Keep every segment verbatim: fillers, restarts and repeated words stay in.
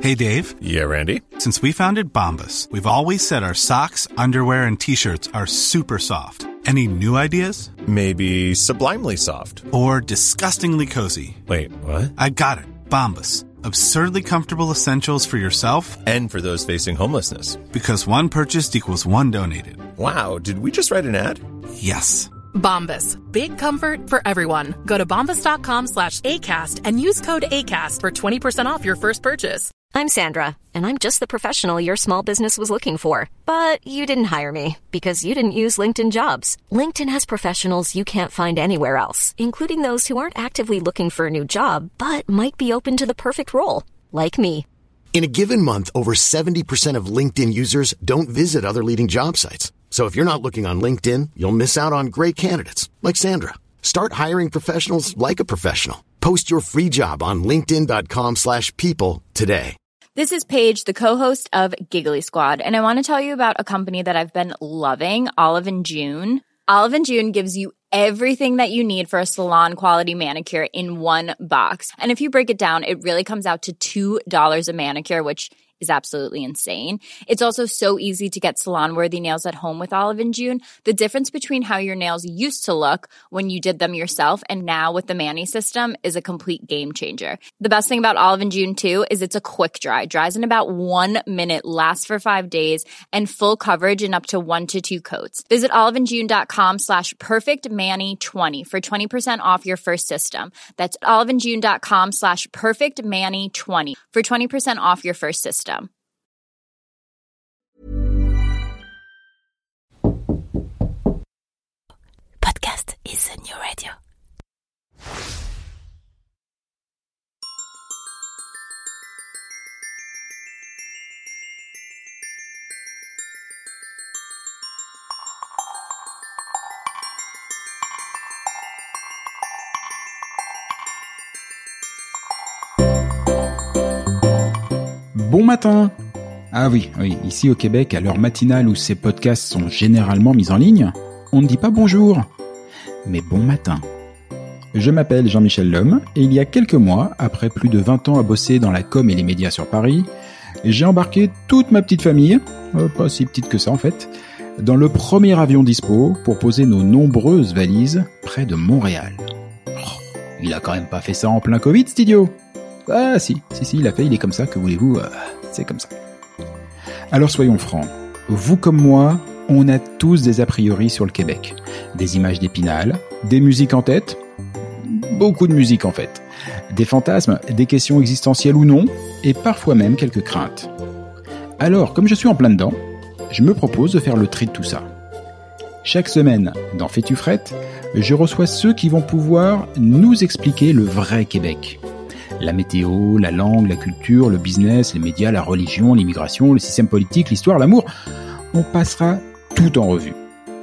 Hey, Dave. Yeah, Randy? Since we founded Bombas, we've always said our socks, underwear, and T-shirts are super soft. Any new ideas? Maybe sublimely soft. Or disgustingly cozy. Wait, what? I got it. Bombas. Absurdly comfortable essentials for yourself and for those facing homelessness. Because one purchased equals one donated. Wow, did we just write an ad? Yes. Bombas. Big comfort for everyone. Go to bombas.com slash ACAST and use code ACAST for twenty percent off your first purchase. I'm Sandra, and I'm just the professional your small business was looking for. But you didn't hire me because you didn't use LinkedIn Jobs. LinkedIn has professionals you can't find anywhere else, including those who aren't actively looking for a new job, but might be open to the perfect role, like me. In a given month, over seventy percent of LinkedIn users don't visit other leading job sites. So if you're not looking on LinkedIn, you'll miss out on great candidates like Sandra. Start hiring professionals like a professional. Post your free job on linkedin.com slash people today. This is Paige, the co-host of Giggly Squad, and I want to tell you about a company that I've been loving, Olive and June. Olive and June gives you everything that you need for a salon-quality manicure in one box. And if you break it down, it really comes out to two dollars a manicure, which is absolutely insane. It's also so easy to get salon-worthy nails at home with Olive and June. The difference between how your nails used to look when you did them yourself and now with the Mani system is a complete game changer. The best thing about Olive and June, too, is it's a quick dry. Dries in about one minute, lasts for five days, and full coverage in up to one to two coats. Visit oliveandjune.com slash perfectmani20 for twenty percent off your first system. That's oliveandjune.com slash perfectmani20 for twenty percent off your first system. Podcast is a new radio. Bon matin! Ah oui, oui, ici au Québec, à l'heure matinale où ces podcasts sont généralement mis en ligne, on ne dit pas bonjour, mais bon matin. Je m'appelle Jean-Michel Lhomme, et il y a quelques mois, après plus de vingt ans à bosser dans la com et les médias sur Paris, j'ai embarqué toute ma petite famille, euh, pas si petite que ça en fait, dans le premier avion dispo pour poser nos nombreuses valises près de Montréal. Oh, il a quand même pas fait ça en plein Covid, cet idiot! Ah si, si, si, il a fait, il est comme ça, que voulez-vous, euh, c'est comme ça. Alors soyons francs, vous comme moi, on a tous des a priori sur le Québec. Des images d'Épinal, des musiques en tête, beaucoup de musique en fait, des fantasmes, des questions existentielles ou non, et parfois même quelques craintes. Alors, comme je suis en plein dedans, je me propose de faire le tri de tout ça. Chaque semaine, dans Fais-tu frette, je reçois ceux qui vont pouvoir nous expliquer le vrai Québec. La météo, la langue, la culture, le business, les médias, la religion, l'immigration, le système politique, l'histoire, l'amour. On passera tout en revue.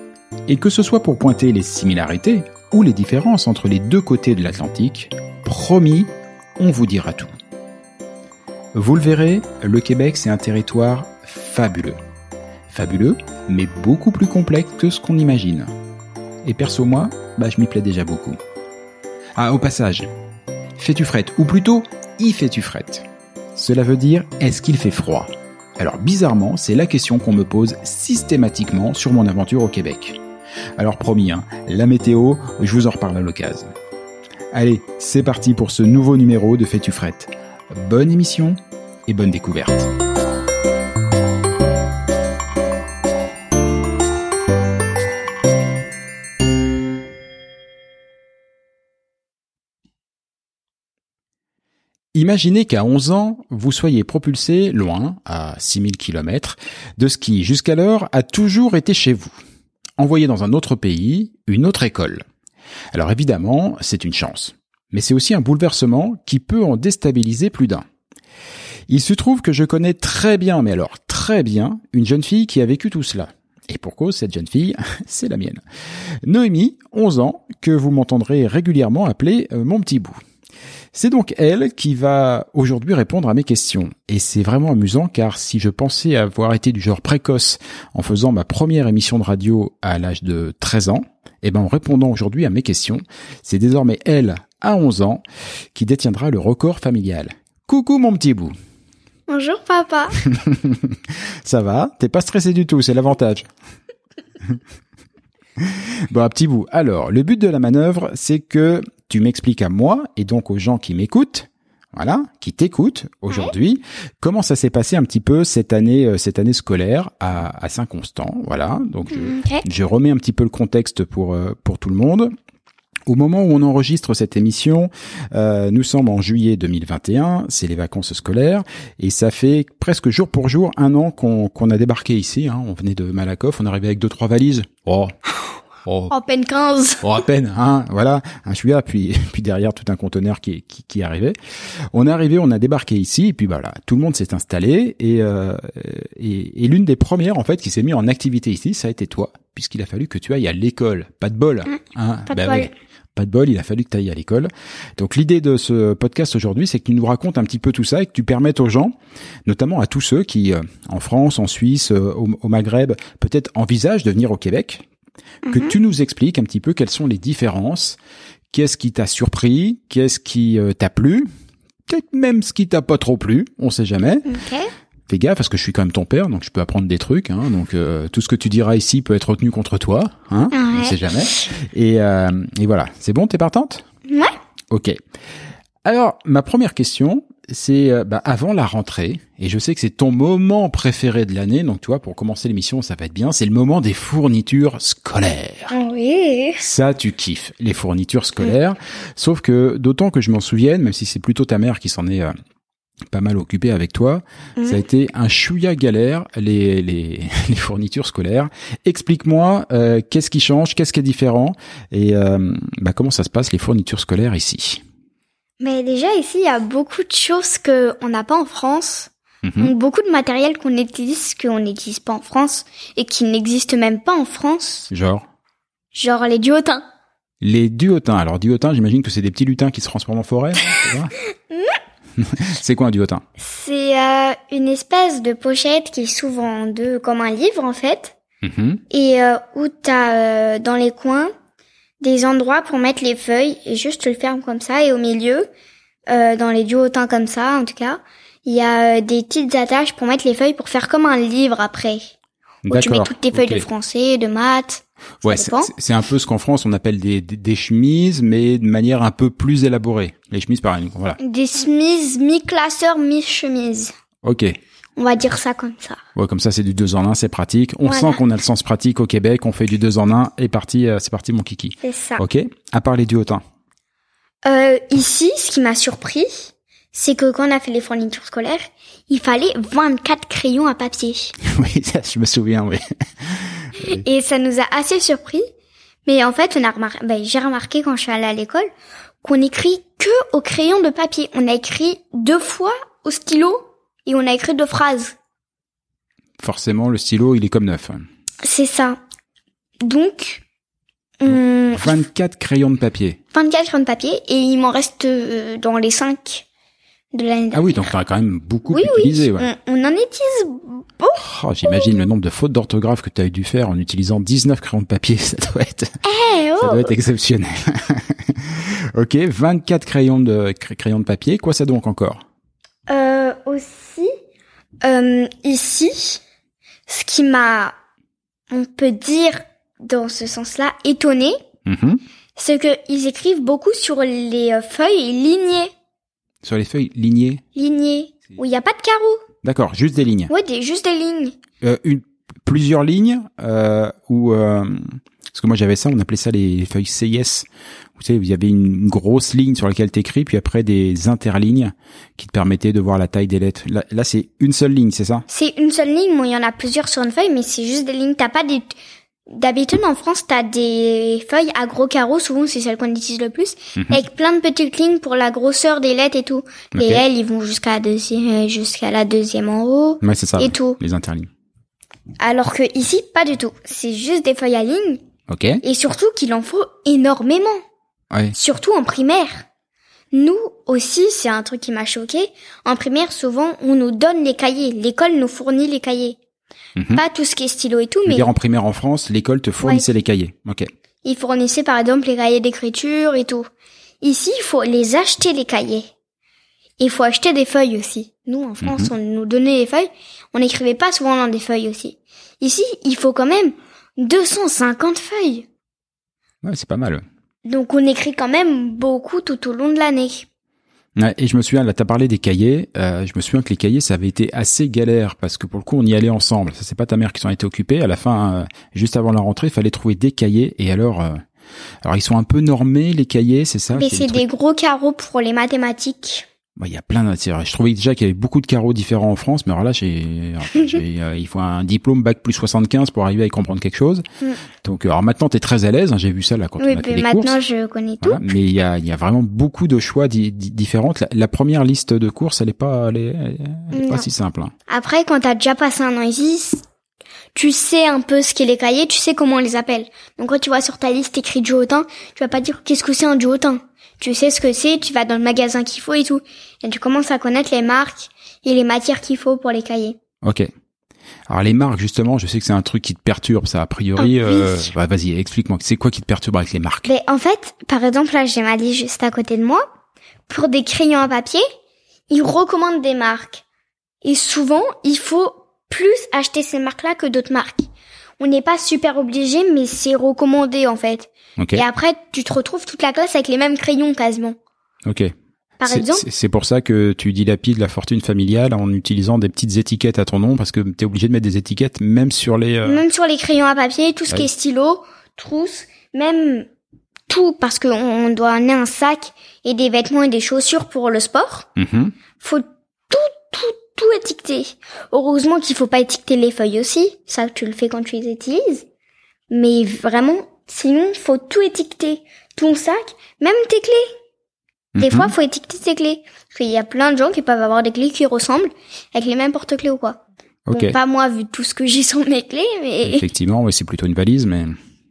Et que ce soit pour pointer les similarités ou les différences entre les deux côtés de l'Atlantique, promis, on vous dira tout. Vous le verrez, le Québec, c'est un territoire fabuleux. Fabuleux, mais beaucoup plus complexe que ce qu'on imagine. Et perso, moi, bah, je m'y plais déjà beaucoup. Ah, au passage, fais-tu frette, ou plutôt, y fais-tu frette. Cela veut dire, est-ce qu'il fait froid? Alors bizarrement, c'est la question qu'on me pose systématiquement sur mon aventure au Québec. Alors promis, hein, la météo, je vous en reparle à l'occasion. Allez, c'est parti pour ce nouveau numéro de Fais-tu frette. Bonne émission et bonne découverte. Imaginez qu'à onze ans, vous soyez propulsé loin, à six mille kilomètres, de ce qui, jusqu'alors, a toujours été chez vous. Envoyé dans un autre pays, une autre école. Alors évidemment, c'est une chance. Mais c'est aussi un bouleversement qui peut en déstabiliser plus d'un. Il se trouve que je connais très bien, mais alors très bien, une jeune fille qui a vécu tout cela. Et pour cause, cette jeune fille, c'est la mienne. Noémie, onze ans, que vous m'entendrez régulièrement appeler euh, mon petit bout. C'est donc elle qui va aujourd'hui répondre à mes questions. Et c'est vraiment amusant car si je pensais avoir été du genre précoce en faisant ma première émission de radio à l'âge de treize ans, eh ben en répondant aujourd'hui à mes questions, c'est désormais elle, à onze ans, qui détiendra le record familial. Coucou mon petit bout. Bonjour papa. Ça va? T'es pas stressé du tout, c'est l'avantage. Bon, un petit bout. Alors, le but de la manœuvre, c'est que tu m'expliques à moi et donc aux gens qui m'écoutent, voilà, qui t'écoutent aujourd'hui, ouais. Comment ça s'est passé un petit peu cette année, cette année scolaire à, à Saint-Constant, voilà. Donc, je, okay. je remets un petit peu le contexte pour pour tout le monde. Au moment où on enregistre cette émission, euh, nous sommes en juillet deux mille vingt et un, c'est les vacances scolaires, et ça fait presque jour pour jour un an qu'on, qu'on a débarqué ici. Hein. On venait de Malakoff, on est arrivé avec deux trois valises. Oh, oh, à peine quinze. Oh, à peine, hein. Voilà, un chouïa, puis puis derrière tout un conteneur qui qui, qui arrivait. On est arrivé, on a débarqué ici, et puis voilà, tout le monde s'est installé, et euh, et, et l'une des premières en fait qui s'est mise en activité ici, ça a été toi, puisqu'il a fallu que tu ailles à l'école. Pas de bol, hein. Pas de bah, bol. Oui. Pas de bol, il a fallu que tu ailles à l'école. Donc l'idée de ce podcast aujourd'hui, c'est que tu nous racontes un petit peu tout ça et que tu permettes aux gens, notamment à tous ceux qui, euh, en France, en Suisse, euh, au, au Maghreb, peut-être envisagent de venir au Québec, mm-hmm. que tu nous expliques un petit peu quelles sont les différences, qu'est-ce qui t'a surpris, qu'est-ce qui euh, t'a plu, peut-être même ce qui t'a pas trop plu, on sait jamais. Okay. Fais gaffe parce que je suis quand même ton père, donc je peux apprendre des trucs. Hein, donc euh, tout ce que tu diras ici peut être retenu contre toi. Hein, ouais. On sait jamais. Et, euh, et voilà, c'est bon, t'es partante ? Ouais. Ok. Alors ma première question, c'est euh, bah, avant la rentrée, et je sais que c'est ton moment préféré de l'année. Donc tu vois, pour commencer l'émission, ça va être bien. C'est le moment des fournitures scolaires. Oui. Ça, tu kiffes les fournitures scolaires. Mmh. Sauf que d'autant que je m'en souvienne, même si c'est plutôt ta mère qui s'en est euh, pas mal occupé avec toi, mmh. ça a été un chouïa galère les les les fournitures scolaires. Explique-moi euh, qu'est-ce qui change, qu'est-ce qui est différent et euh, bah comment ça se passe les fournitures scolaires ici. Mais déjà ici il y a beaucoup de choses que on n'a pas en France. Mmh. Donc beaucoup de matériel qu'on utilise qu'on n'utilise pas en France et qui n'existe même pas en France. Genre Genre les duotins. Les duotins. Alors duotins, j'imagine que c'est des petits lutins qui se transforment en forêt. C'est quoi un duotin? C'est euh, une espèce de pochette qui s'ouvre en deux comme un livre en fait. Mmh. Et euh, où t'as euh, dans les coins des endroits pour mettre les feuilles et juste tu le fermes comme ça. Et au milieu, euh, dans les duotins comme ça en tout cas, il y a euh, des petites attaches pour mettre les feuilles pour faire comme un livre après. Où tu mets toutes tes feuilles okay. de français, de maths. Ouais, c'est, c'est un peu ce qu'en France on appelle des, des, des chemises, mais de manière un peu plus élaborée. Les chemises, pareil, voilà. Des chemises mi-classeurs, mi-chemises. Ok. On va dire ça comme ça. Ouais, comme ça c'est du deux en un, c'est pratique. On voilà. sent qu'on a le sens pratique au Québec, on fait du deux en un et parti, euh, c'est parti mon kiki. C'est ça. Ok. À part les duotins. Euh, ici, ce qui m'a surpris, c'est que quand on a fait les fournitures scolaires, il fallait vingt-quatre crayons à papier. Oui, ça, je me souviens, oui. Oui. Et ça nous a assez surpris. Mais en fait, on a remarqué, ben, j'ai remarqué quand je suis allée à l'école qu'on écrit que au crayon de papier. On a écrit deux fois au stylo et on a écrit deux phrases. Forcément, le stylo, il est comme neuf. C'est ça. Donc, on... vingt-quatre crayons de papier. vingt-quatre crayons de papier et il m'en reste euh, dans les cinq de l'année dernière. Ah oui, donc t'en as quand même beaucoup oui, utilisé. Oui, ouais. on, on en utilise beaucoup. Oh, j'imagine le nombre de fautes d'orthographe que tu as dû faire en utilisant dix-neuf crayons de papier. Ça doit être, hey, oh. ça doit être exceptionnel. Ok, vingt-quatre crayons de, crayons de papier. Quoi ça donc encore? Euh, aussi, euh, ici, ce qui m'a, on peut dire, dans ce sens-là, étonné, mm-hmm. c'est qu'ils écrivent beaucoup sur les feuilles lignées. Sur les feuilles lignées? Lignées, où il n'y a pas de carreaux. D'accord, juste des lignes. Ouais, des, juste des lignes. Euh, une, plusieurs lignes, euh, ou, euh, parce que moi j'avais ça, on appelait ça les feuilles C I S. Vous savez, il y avait une grosse ligne sur laquelle t'écris, puis après des interlignes qui te permettaient de voir la taille des lettres. Là, là c'est une seule ligne, c'est ça? C'est une seule ligne, bon, il y en a plusieurs sur une feuille, mais c'est juste des lignes. T'as pas des, d'habitude en France, t'as des feuilles à gros carreaux, souvent c'est celles qu'on utilise le plus, mm-hmm. avec plein de petites lignes pour la grosseur des lettres et tout. Okay. Et elles, ils vont jusqu'à la deuxième, jusqu'à la deuxième en haut. Ouais, c'est ça. Et ouais, tout. Les interlignes. Alors que ici, pas du tout. C'est juste des feuilles à lignes. Ok. Et surtout qu'il en faut énormément. Ouais. Surtout en primaire. Nous aussi, c'est un truc qui m'a choqué. En primaire, souvent, on nous donne les cahiers. L'école nous fournit les cahiers. Mm-hmm. Pas tout ce qui est stylo et tout, mais... dire en primaire en France, l'école te fournissait ouais. les cahiers. Ok. Ils fournissaient par exemple les cahiers d'écriture et tout. Ici, il faut les acheter les cahiers. il faut acheter des feuilles aussi. Nous, en France, mmh. on nous donnait des feuilles. On n'écrivait pas souvent dans des feuilles aussi. Ici, il faut quand même deux cent cinquante feuilles. Ouais, c'est pas mal. Donc, on écrit quand même beaucoup tout au long de l'année. Ouais, et je me souviens, là, t'as parlé des cahiers. Euh, je me souviens que les cahiers, ça avait été assez galère parce que pour le coup, on y allait ensemble. Ça, c'est pas ta mère qui s'en était occupée. À la fin, euh, juste avant la rentrée, il fallait trouver des cahiers. Et alors, euh, alors ils sont un peu normés, les cahiers, c'est ça? Mais c'est, c'est des, des gros carreaux pour les mathématiques. Bah, il y a plein d'intérêts. Je trouvais déjà qu'il y avait beaucoup de carreaux différents en France, mais alors là, j'ai, j'ai euh, il faut un diplôme bac plus soixante-quinze pour arriver à y comprendre quelque chose. Mm. Donc, alors maintenant, t'es très à l'aise. Hein, j'ai vu ça là quand oui, on a fait les maintenant, courses. je connais tout. Voilà, mais il y a, il y a vraiment beaucoup de choix di- di- différents. La, la première liste de courses, elle est pas, elle est, elle est pas si simple. Hein. Après, quand t'as déjà passé un an ici, tu sais un peu ce qu'est les cahiers, tu sais comment on les appelle. Donc, quand tu vois sur ta liste écrit duotien, tu vas pas dire qu'est-ce que c'est un duotien. Tu sais ce que c'est, tu vas dans le magasin qu'il faut et tout. Et tu commences à connaître les marques et les matières qu'il faut pour les cahiers. Ok. Alors les marques, justement, je sais que c'est un truc qui te perturbe, ça, a priori. Oh, oui. euh, bah, vas-y, explique-moi. C'est quoi qui te perturbe avec les marques? Mais en fait, par exemple, là, j'ai ma liste juste à côté de moi. Pour des crayons à papier, ils recommandent des marques. Et souvent, il faut plus acheter ces marques-là que d'autres marques. On n'est pas super obligé, mais c'est recommandé, en fait. Okay. Et après, tu te retrouves toute la classe avec les mêmes crayons, quasiment. Ok. Par c'est, exemple. C'est, c'est pour ça que tu dilapides la fortune familiale en utilisant des petites étiquettes à ton nom, parce que t'es obligé de mettre des étiquettes même sur les... Euh... Même sur les crayons à papier, tout ce ouais. qui est stylo, trousse, même tout, parce qu'on on doit amener un sac et des vêtements et des chaussures pour le sport. Mm-hmm. Faut tout, tout, tout étiqueter. Heureusement qu'il faut pas étiqueter les feuilles aussi. Ça, tu le fais quand tu les utilises. Mais vraiment, sinon, faut tout étiqueter. Ton sac, même tes clés. Des mm-hmm. fois, faut étiqueter tes clés. Parce qu'il y a plein de gens qui peuvent avoir des clés qui ressemblent avec les mêmes porte-clés ou quoi. Okay. Bon, pas moi, vu tout ce que j'ai sur mes clés, mais... Effectivement, oui, c'est plutôt une valise, mais...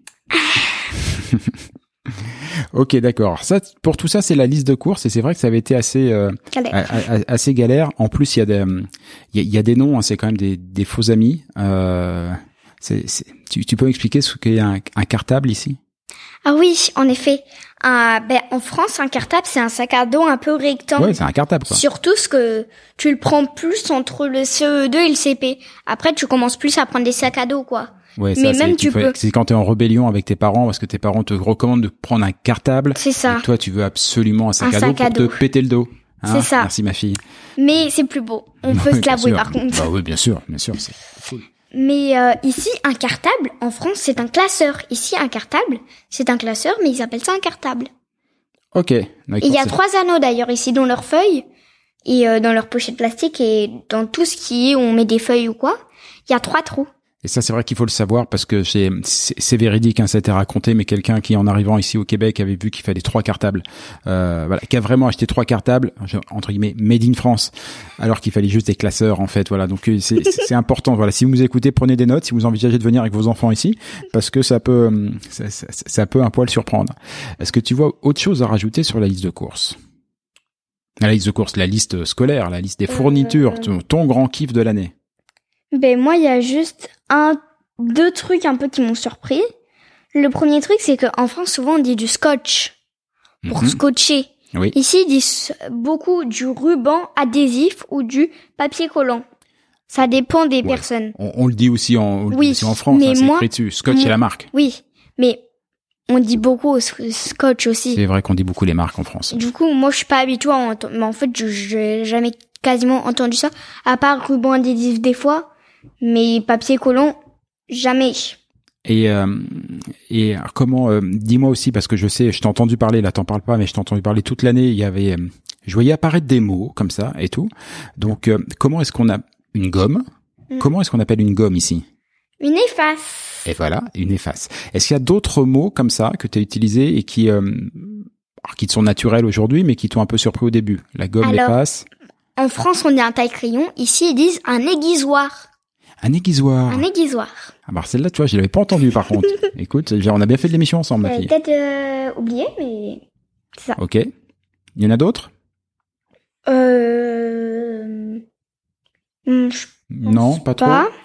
Ok, d'accord. Ça, pour tout ça, c'est la liste de courses et c'est vrai que ça avait été assez euh, a, a, assez galère. En plus, il y a des il y, y a des noms, hein, c'est quand même des, des faux amis. Euh, c'est, c'est, tu, tu peux m'expliquer ce qu'est un, un cartable ici? Ah oui, en effet. Un, ben, en France, un cartable, c'est un sac à dos un peu rectangle. Ouais, c'est un cartable, quoi. Surtout ce que tu le prends plus entre le C E deux et le C P. Après, tu commences plus à prendre des sacs à dos, quoi. Ouais, ça, mais c'est, même tu peux, peux. C'est quand t'es en rébellion avec tes parents parce que tes parents te recommandent de prendre un cartable. C'est ça. Et toi, tu veux absolument un sac un à sac dos pour à dos. te péter le dos. Hein, c'est ça. Merci, ma fille. Mais c'est plus beau. On peut oui, se l'avouer, sûr. par contre. Bah oui, bien sûr, bien sûr, c'est cool. Mais euh, ici, un cartable, en France, c'est un classeur. Ici, un cartable, c'est un classeur, mais ils appellent ça un cartable. Ok. Il y a trois anneaux d'ailleurs ici dans leurs feuilles et euh, dans leur pochette plastique et dans tout ce qui est où on met des feuilles ou quoi. Il y a trois trous. Et ça, c'est vrai qu'il faut le savoir parce que c'est, c'est, c'est véridique, hein, ça a été raconté, mais quelqu'un qui, en arrivant ici au Québec, avait vu qu'il fallait trois cartables, euh, voilà, qui a vraiment acheté trois cartables, entre guillemets, made in France, alors qu'il fallait juste des classeurs, en fait, voilà. Donc, c'est, c'est important, voilà. Si vous nous écoutez, prenez des notes, si vous envisagez de venir avec vos enfants ici, parce que ça peut, ça, ça, ça peut un poil surprendre. Est-ce que tu vois autre chose à rajouter sur la liste de courses? La liste de courses, la liste scolaire, la liste des fournitures, ton, ton grand kiff de l'année. Ben moi, il y a juste un, deux trucs un peu qui m'ont surpris. Le premier truc, c'est qu'en France, souvent, on dit du scotch pour mm-hmm. scotcher. Oui. Ici, ils disent beaucoup du ruban adhésif ou du papier collant. Ça dépend des ouais. personnes. On, on le dit aussi en, on le oui, dit aussi en France, hein, c'est moi, écrit dessus. Scotch moi, est la marque. Oui, mais on dit beaucoup scotch aussi. C'est vrai qu'on dit beaucoup les marques en France. Du coup, moi, je suis pas habituée à entendre, mais en fait, je, j'ai jamais quasiment entendu ça, à part ruban adhésif des fois. Mais papier collant, jamais. Et euh, et comment euh, dis-moi aussi parce que je sais, je t'ai entendu parler là, t'en parles pas, mais je t'ai entendu parler toute l'année. Il y avait, euh, je voyais apparaître des mots comme ça et tout. Donc euh, comment est-ce qu'on a une gomme? mm. Comment est-ce qu'on appelle une gomme ici? Une efface. Et voilà, une efface. Est-ce qu'il y a d'autres mots comme ça que tu as utilisés et qui euh, qui te sont naturels aujourd'hui, mais qui t'ont un peu surpris au début? La gomme, Alors, l'efface. En France, on dit un taille-crayon. Ici, ils disent un aiguisoir. Un aiguisoir. Un aiguisoir. Ah bah celle-là, tu vois, je l'avais pas entendue par contre. Écoute, genre, on a bien fait de l'émission ensemble, ma fille. Peut-être euh, oublié, mais c'est ça. Ok. Il y en a d'autres? Euh... Non, pas trop. Pas.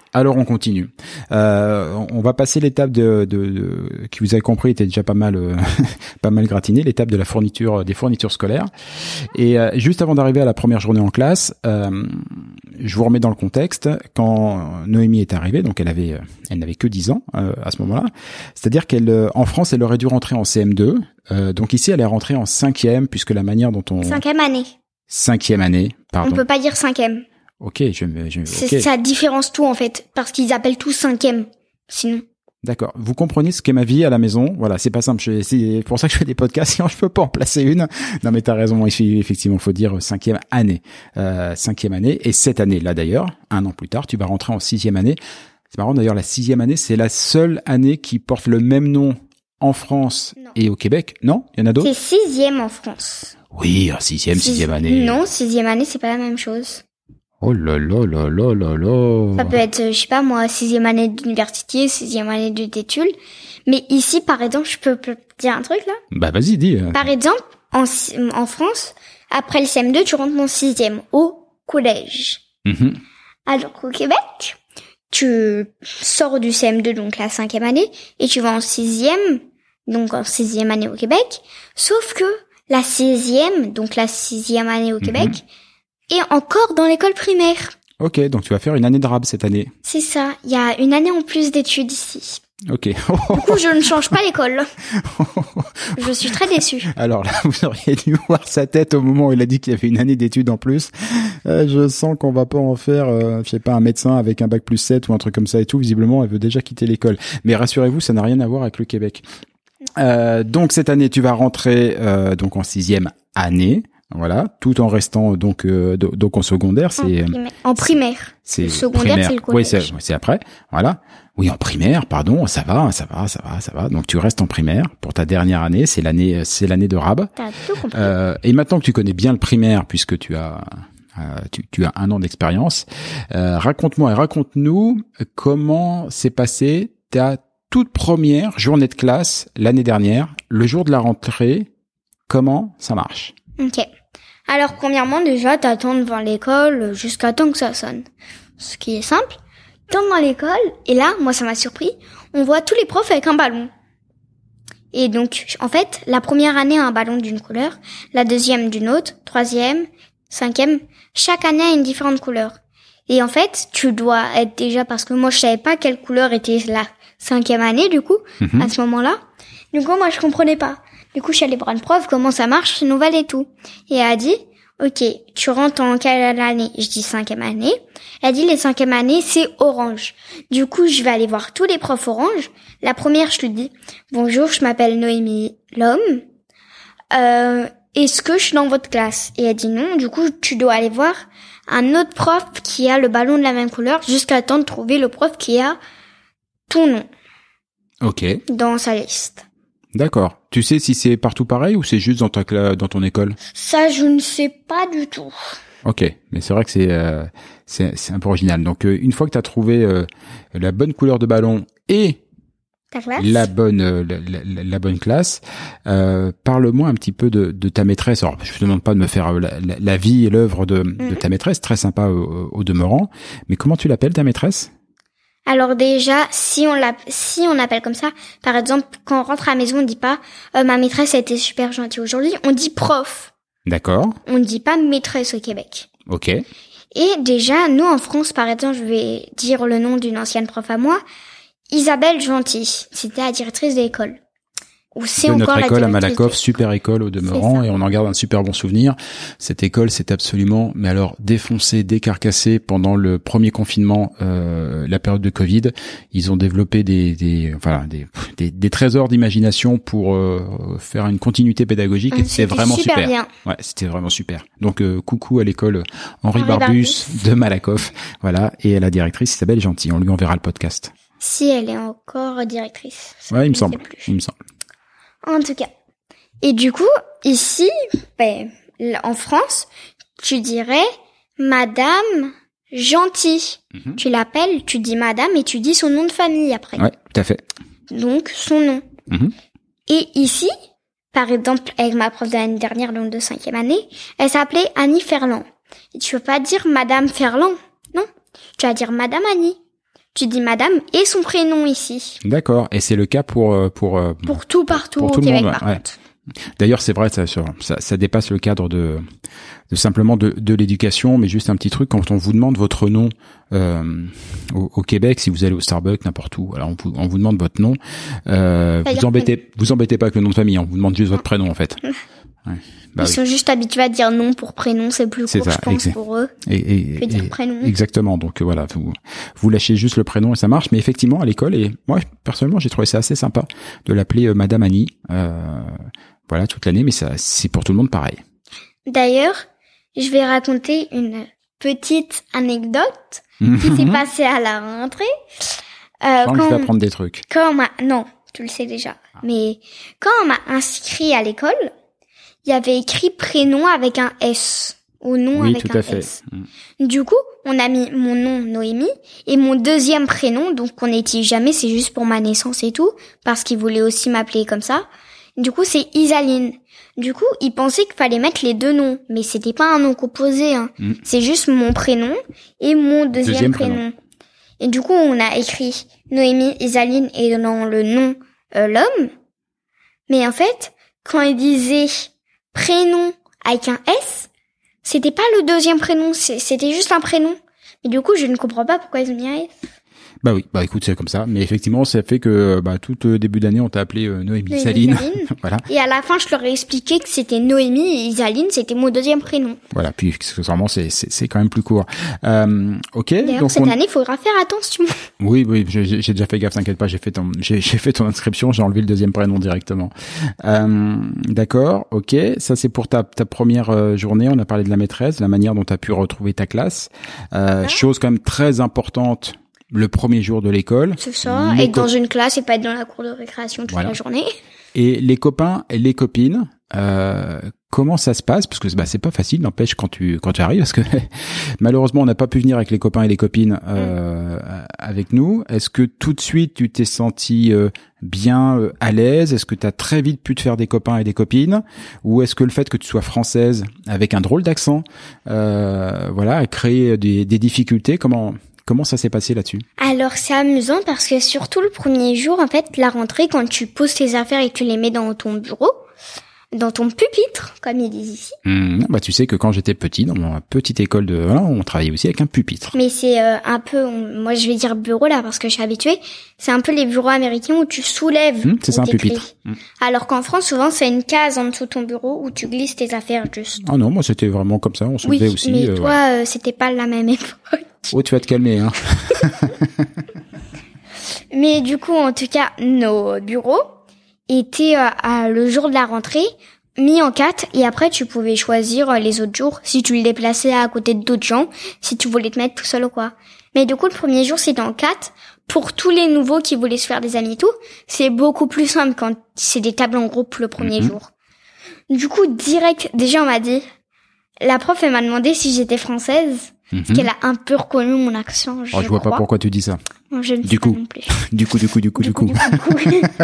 Alors on continue. Euh, on va passer l'étape de, de, de qui vous avez compris était déjà pas mal, euh, pas mal gratiné, l'étape de la fourniture, des fournitures scolaires. Et euh, juste avant d'arriver à la première journée en classe, euh, je vous remets dans le contexte. Quand Noémie est arrivée, donc elle avait, elle n'avait que dix ans euh, à ce moment-là. C'est-à-dire qu'elle, euh, en France, elle aurait dû rentrer en C M deux. Euh, donc ici, elle est rentrée en cinquième, puisque la manière dont on Cinquième année. Cinquième année, pardon. On peut pas dire cinquième. Ok, je vais. Je, c'est okay. Ça différence tout en fait, parce qu'ils appellent tout cinquième. Sinon. D'accord. Vous comprenez ce qu'est ma vie à la maison. Voilà, c'est pas simple. Je, c'est pour ça que je fais des podcasts. Sinon, je peux pas en placer une. Non, mais t'as raison. Ici, effectivement, faut dire cinquième année. Euh, cinquième année. Et cette année, là d'ailleurs, un an plus tard, tu vas rentrer en sixième année. C'est marrant d'ailleurs, la sixième année, c'est la seule année qui porte le même nom en France non. et au Québec. Non, il y en a d'autres. C'est sixième en France. Oui, sixième, Six... sixième année. Non, sixième année, c'est pas la même chose. Oh là là là là là là. Ça peut être, je sais pas moi, sixième année d'université, sixième année d'études. Mais ici, par exemple, je peux dire un truc là? Bah vas-y, dis. Par exemple, en, en France, après le C M deux, tu rentres en sixième, au collège. Mm-hmm. Alors qu'au Québec, tu sors du C M deux, donc la cinquième année, et tu vas en sixième, donc en sixième année au Québec. Sauf que la sixième, donc la sixième année au Québec, mm-hmm. et encore dans l'école primaire. Ok, donc tu vas faire une année de rab cette année. C'est ça, il y a une année en plus d'études ici. Ok. Du coup, je ne change pas l'école. Je suis très déçue. Alors là, vous auriez dû voir sa tête au moment où il a dit qu'il y avait une année d'études en plus. Euh, je sens qu'on va pas en faire, euh, je sais pas, un médecin avec un bac plus sept ou un truc comme ça et tout. Visiblement, elle veut déjà quitter l'école. Mais rassurez-vous, ça n'a rien à voir avec le Québec. Euh, donc cette année, tu vas rentrer euh, donc en sixième année. Voilà, tout en restant donc euh, donc en secondaire, c'est en primaire. En primaire. C'est le secondaire, primaire. c'est le collège. Oui, c'est c'est après. Voilà. Oui, en primaire, pardon, ça va, ça va, ça va, ça va. Donc tu restes en primaire pour ta dernière année, c'est l'année c'est l'année de rab. T'as tout compris. Euh, et maintenant que tu connais bien le primaire puisque tu as euh, tu, tu as un an d'expérience, euh, raconte-moi et raconte-nous comment s'est passée ta toute première journée de classe l'année dernière, le jour de la rentrée. Comment ça marche? Ok. Alors, premièrement, déjà, t'attends devant l'école jusqu'à temps que ça sonne. Ce qui est simple. T'entres dans l'école, et là, moi, ça m'a surpris, on voit tous les profs avec un ballon. Et donc, en fait, la première année a un ballon d'une couleur, la deuxième d'une autre, troisième, cinquième, chaque année a une différente couleur. Et en fait, tu dois être déjà, parce que moi, je savais pas quelle couleur était la cinquième année, du coup, mmh. à ce moment-là. Du coup, moi, je comprenais pas. Du coup, je suis allée voir une prof, comment ça marche, les nouvelles et tout. Et elle a dit, ok, tu rentres en quelle année? Je dis cinquième année. Elle a dit, les cinquième années, c'est orange. Du coup, je vais aller voir tous les profs orange. La première, je lui dis, bonjour, je m'appelle Noémie Lhomme. Euh, est-ce que je suis dans votre classe? Et elle dit non. Du coup, tu dois aller voir un autre prof qui a le ballon de la même couleur jusqu'à temps de trouver le prof qui a ton nom. Ok. Dans sa liste. D'accord. Tu sais si c'est partout pareil ou c'est juste dans ta cla- dans ton école? Ça, je ne sais pas du tout. Ok, mais c'est vrai que c'est euh, c'est, c'est un peu original. Donc euh, une fois que tu as trouvé euh, la bonne couleur de ballon et ta classe, la bonne euh, la, la, la bonne classe, euh, parle-moi un petit peu de, de ta maîtresse. Alors je te demande pas de me faire la, la, la vie et l'œuvre de, mm-hmm. de ta maîtresse, très sympa au, au demeurant. Mais comment tu l'appelles ta maîtresse? Alors déjà, si on l'appelle, si on appelle comme ça, par exemple, quand on rentre à la maison, on dit pas euh, ma maîtresse a été super gentille aujourd'hui, on dit prof. D'accord. On ne dit pas maîtresse au Québec. Ok. Et déjà, nous en France, par exemple, je vais dire le nom d'une ancienne prof à moi, Isabelle Gentil. C'était la directrice de l'école. Ou c'est notre encore école la à Malakoff, de... super école au demeurant, et on en garde un super bon souvenir. Cette école s'est absolument, mais alors défoncée, décarcassée pendant le premier confinement, euh, la période de Covid. Ils ont développé des, des, voilà, des, des, des trésors d'imagination pour euh, faire une continuité pédagogique, et c'était vraiment super. super. Bien. Ouais, c'était vraiment super. Donc euh, coucou à l'école Henri, Henri Barbus, Barbus de Malakoff, voilà, et à la directrice Isabelle Gentil. On lui enverra le podcast. Si elle est encore directrice. Ouais, il me semble. Il me semble. En tout cas. Et du coup, ici, ben, en France, tu dirais Madame Gentil. Mm-hmm. Tu l'appelles, tu dis Madame et tu dis son nom de famille après. Ouais, tout à fait. Donc, son nom. Mm-hmm. Et ici, par exemple, avec ma prof de l'année dernière, donc de cinquième année, elle s'appelait Annie Ferland. Et tu peux pas dire Madame Ferland, non. Tu vas dire Madame Annie. tu dis madame et son prénom ici. D'accord. Et c'est le cas pour pour pour tout partout pour au tout Québec, le monde, par ouais. contre. D'ailleurs, c'est vrai, ça, ça, ça dépasse le cadre de, de simplement de, de l'éducation, mais juste un petit truc, quand on vous demande votre nom euh, au, au Québec, si vous allez au Starbucks, n'importe où, alors on vous, on vous demande votre nom, euh, vous embêtez, vous embêtez pas avec le nom de famille, on vous demande juste votre prénom en fait. Ouais. Bah, Ils oui. sont juste habitués à dire nom pour prénom, c'est plus C'est court, ça, je pense, exact. pour eux. Et, et, que dire et- prénom. Exactement. Donc euh, voilà, vous vous lâchez juste le prénom et ça marche. Mais effectivement, à l'école, et moi personnellement, j'ai trouvé ça assez sympa de l'appeler euh, Madame Annie. Euh, voilà, toute l'année, mais ça, c'est pour tout le monde pareil. D'ailleurs, je vais raconter une petite anecdote qui s'est passée à la rentrée. Euh, Je sens que je vais apprendre des trucs. quand on m'a, non, tu le sais déjà, mais quand on m'a inscrit à l'école, il y avait écrit prénom avec un S, ou nom Oui, avec tout un à fait. S. Du coup, on a mis mon nom Noémie et mon deuxième prénom, donc qu'on n'utilise jamais, c'est juste pour ma naissance et tout, parce qu'ils voulaient aussi m'appeler comme ça. Du coup, c'est Isaline. Du coup, ils pensaient qu'il fallait mettre les deux noms, mais c'était pas un nom composé, hein. Mm. C'est juste mon prénom et mon deuxième, Deuxième prénom. prénom. Et du coup, on a écrit Noémie, Isaline et dans le nom euh, l'homme. Mais en fait, quand ils disaient prénom avec un S, c'était pas le deuxième prénom, c'est- c'était juste un prénom. Mais du coup, je ne comprends pas pourquoi ils ont mis un S. Bah oui, bah écoute, c'est comme ça. Mais effectivement, ça fait que bah tout euh, début d'année, on t'a appelé euh, Noémie Noémie, Saline. Isaline. Voilà, Et à la fin, je leur ai expliqué que c'était Noémie et Isaline, c'était mon deuxième prénom. voilà. Puis accessoirement, c'est c'est c'est quand même plus court. Euh, ok. D'ailleurs, Donc cette on... année, il faudra faire attention. oui, oui, j'ai j'ai- j'ai déjà fait gaffe. T'inquiète pas, j'ai fait ton j'ai j'ai fait ton inscription. J'ai enlevé le deuxième prénom directement. Euh, D'accord. Ok. Ça c'est pour ta ta première euh, journée. On a parlé de la maîtresse, la manière dont tu as pu retrouver ta classe. Euh, chose quand même très importante. Le premier jour de l'école. C'est ça. Les Être co- dans une classe et pas être dans la cour de récréation toute Voilà. la journée. Et les copains et les copines, euh, comment ça se passe? Parce que bah, c'est pas facile, n'empêche, quand tu quand tu arrives, parce que malheureusement on n'a pas pu venir avec les copains et les copines euh, avec nous. Est-ce que tout de suite tu t'es senti euh, bien euh, à l'aise? Est-ce que tu as très vite pu te faire des copains et des copines? Ou est-ce que le fait que tu sois française avec un drôle d'accent, euh, voilà, a créé des, des difficultés? Comment Comment ça s'est passé là-dessus? Alors, c'est amusant parce que surtout le premier jour, en fait, la rentrée, quand tu poses tes affaires et que tu les mets dans ton bureau, dans ton pupitre, comme ils disent ici. Mmh, bah tu sais que quand j'étais petit, dans ma petite école de, voilà, on travaillait aussi avec un pupitre. Mais c'est euh, un peu, on- moi je vais dire bureau là parce que je suis habituée, c'est un peu les bureaux américains où tu soulèves. Mmh, c'est ça, où un t'écris. pupitre. Mmh. Alors qu'en France, souvent, c'est une case en dessous de ton bureau où tu glisses tes affaires juste. Ah non, moi c'était vraiment comme ça, on se Oui, levait aussi. mais euh, toi, ouais. euh, c'était pas la même époque. Oh, tu vas te calmer, hein. Mais du coup, en tout cas, nos bureaux étaient euh, à- le jour de la rentrée mis en quatre et après tu pouvais choisir euh, les autres jours si tu le déplaçais à côté d'autres gens, si tu voulais te mettre tout seul ou quoi. Mais du coup, le premier jour, c'était en quatre. Pour tous les nouveaux qui voulaient se faire des amis et tout, c'est beaucoup plus simple quand c'est des tables en groupe le premier Mhm. jour. Du coup, direct, déjà on m'a dit, la prof elle m'a demandé si j'étais française, Mhm. parce qu'elle a un peu reconnu mon accent, je Oh, je vois pas crois. pourquoi tu dis ça. Non, je ne sais Du pas coup. non plus. Du coup, du coup, du coup, du, coup. du coup.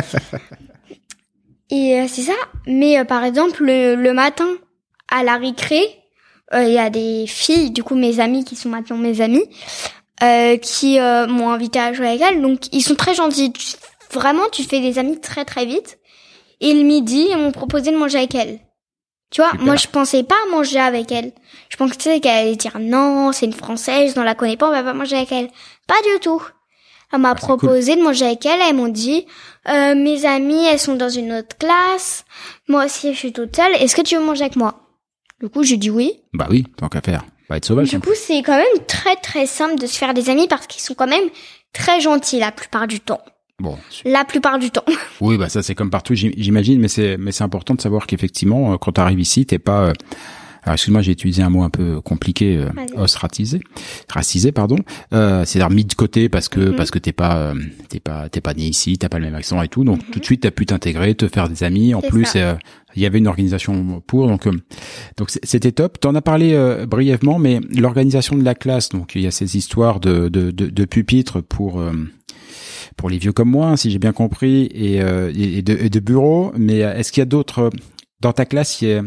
Et euh, c'est ça. Mais euh, par exemple, le, le matin, à la récré, il y a des filles, du coup mes amies qui sont maintenant mes amies, euh, qui euh, m'ont invité à jouer avec elles. Donc ils sont très gentils. Tu- vraiment, tu fais des amis très très vite. Et le midi, ils m'ont proposé de manger avec elles. Tu vois, Super. moi je pensais pas manger avec elle. Je pensais qu'elle allait dire non, c'est une Française, on la connaît pas, on va pas manger avec elle. Pas du tout. Elle m'a Ah, c'est proposé de manger avec elle, elles m'ont dit euh, mes amies, elles sont dans une autre classe, moi aussi je suis toute seule, est-ce que tu veux manger avec moi? Du coup, j'ai dit oui. Bah oui, tant qu'à faire. Pas être sauvage. Du hein. coup, c'est quand même très très simple de se faire des amis parce qu'ils sont quand même très gentils la plupart du temps. Bon, su- La plupart du temps. oui, bah ça c'est comme partout, j'im- j'imagine, mais c'est mais c'est important de savoir qu'effectivement, euh, quand tu arrives ici, t'es pas. euh, Alors excuse-moi, j'ai utilisé un mot un peu compliqué, euh, Vas-y. ostracisé, racisé, pardon. Euh, c'est-à-dire mis de côté parce que Mhm. parce que t'es pas euh, t'es pas t'es pas né ici, t'as pas le même accent et tout, donc Mhm. tout de suite t'as pu t'intégrer, te faire des amis. En C'est plus, ça. euh, il y avait une organisation pour, donc euh, donc c- c'était top. T'en as parlé euh, brièvement, mais l'organisation de la classe, donc il y a ces histoires de de de, de pupitres pour euh, pour les vieux comme moi, si j'ai bien compris, et, euh, et, et de, et de bureaux. Mais euh, est-ce qu'il y a d'autres dans ta classe? Il y a,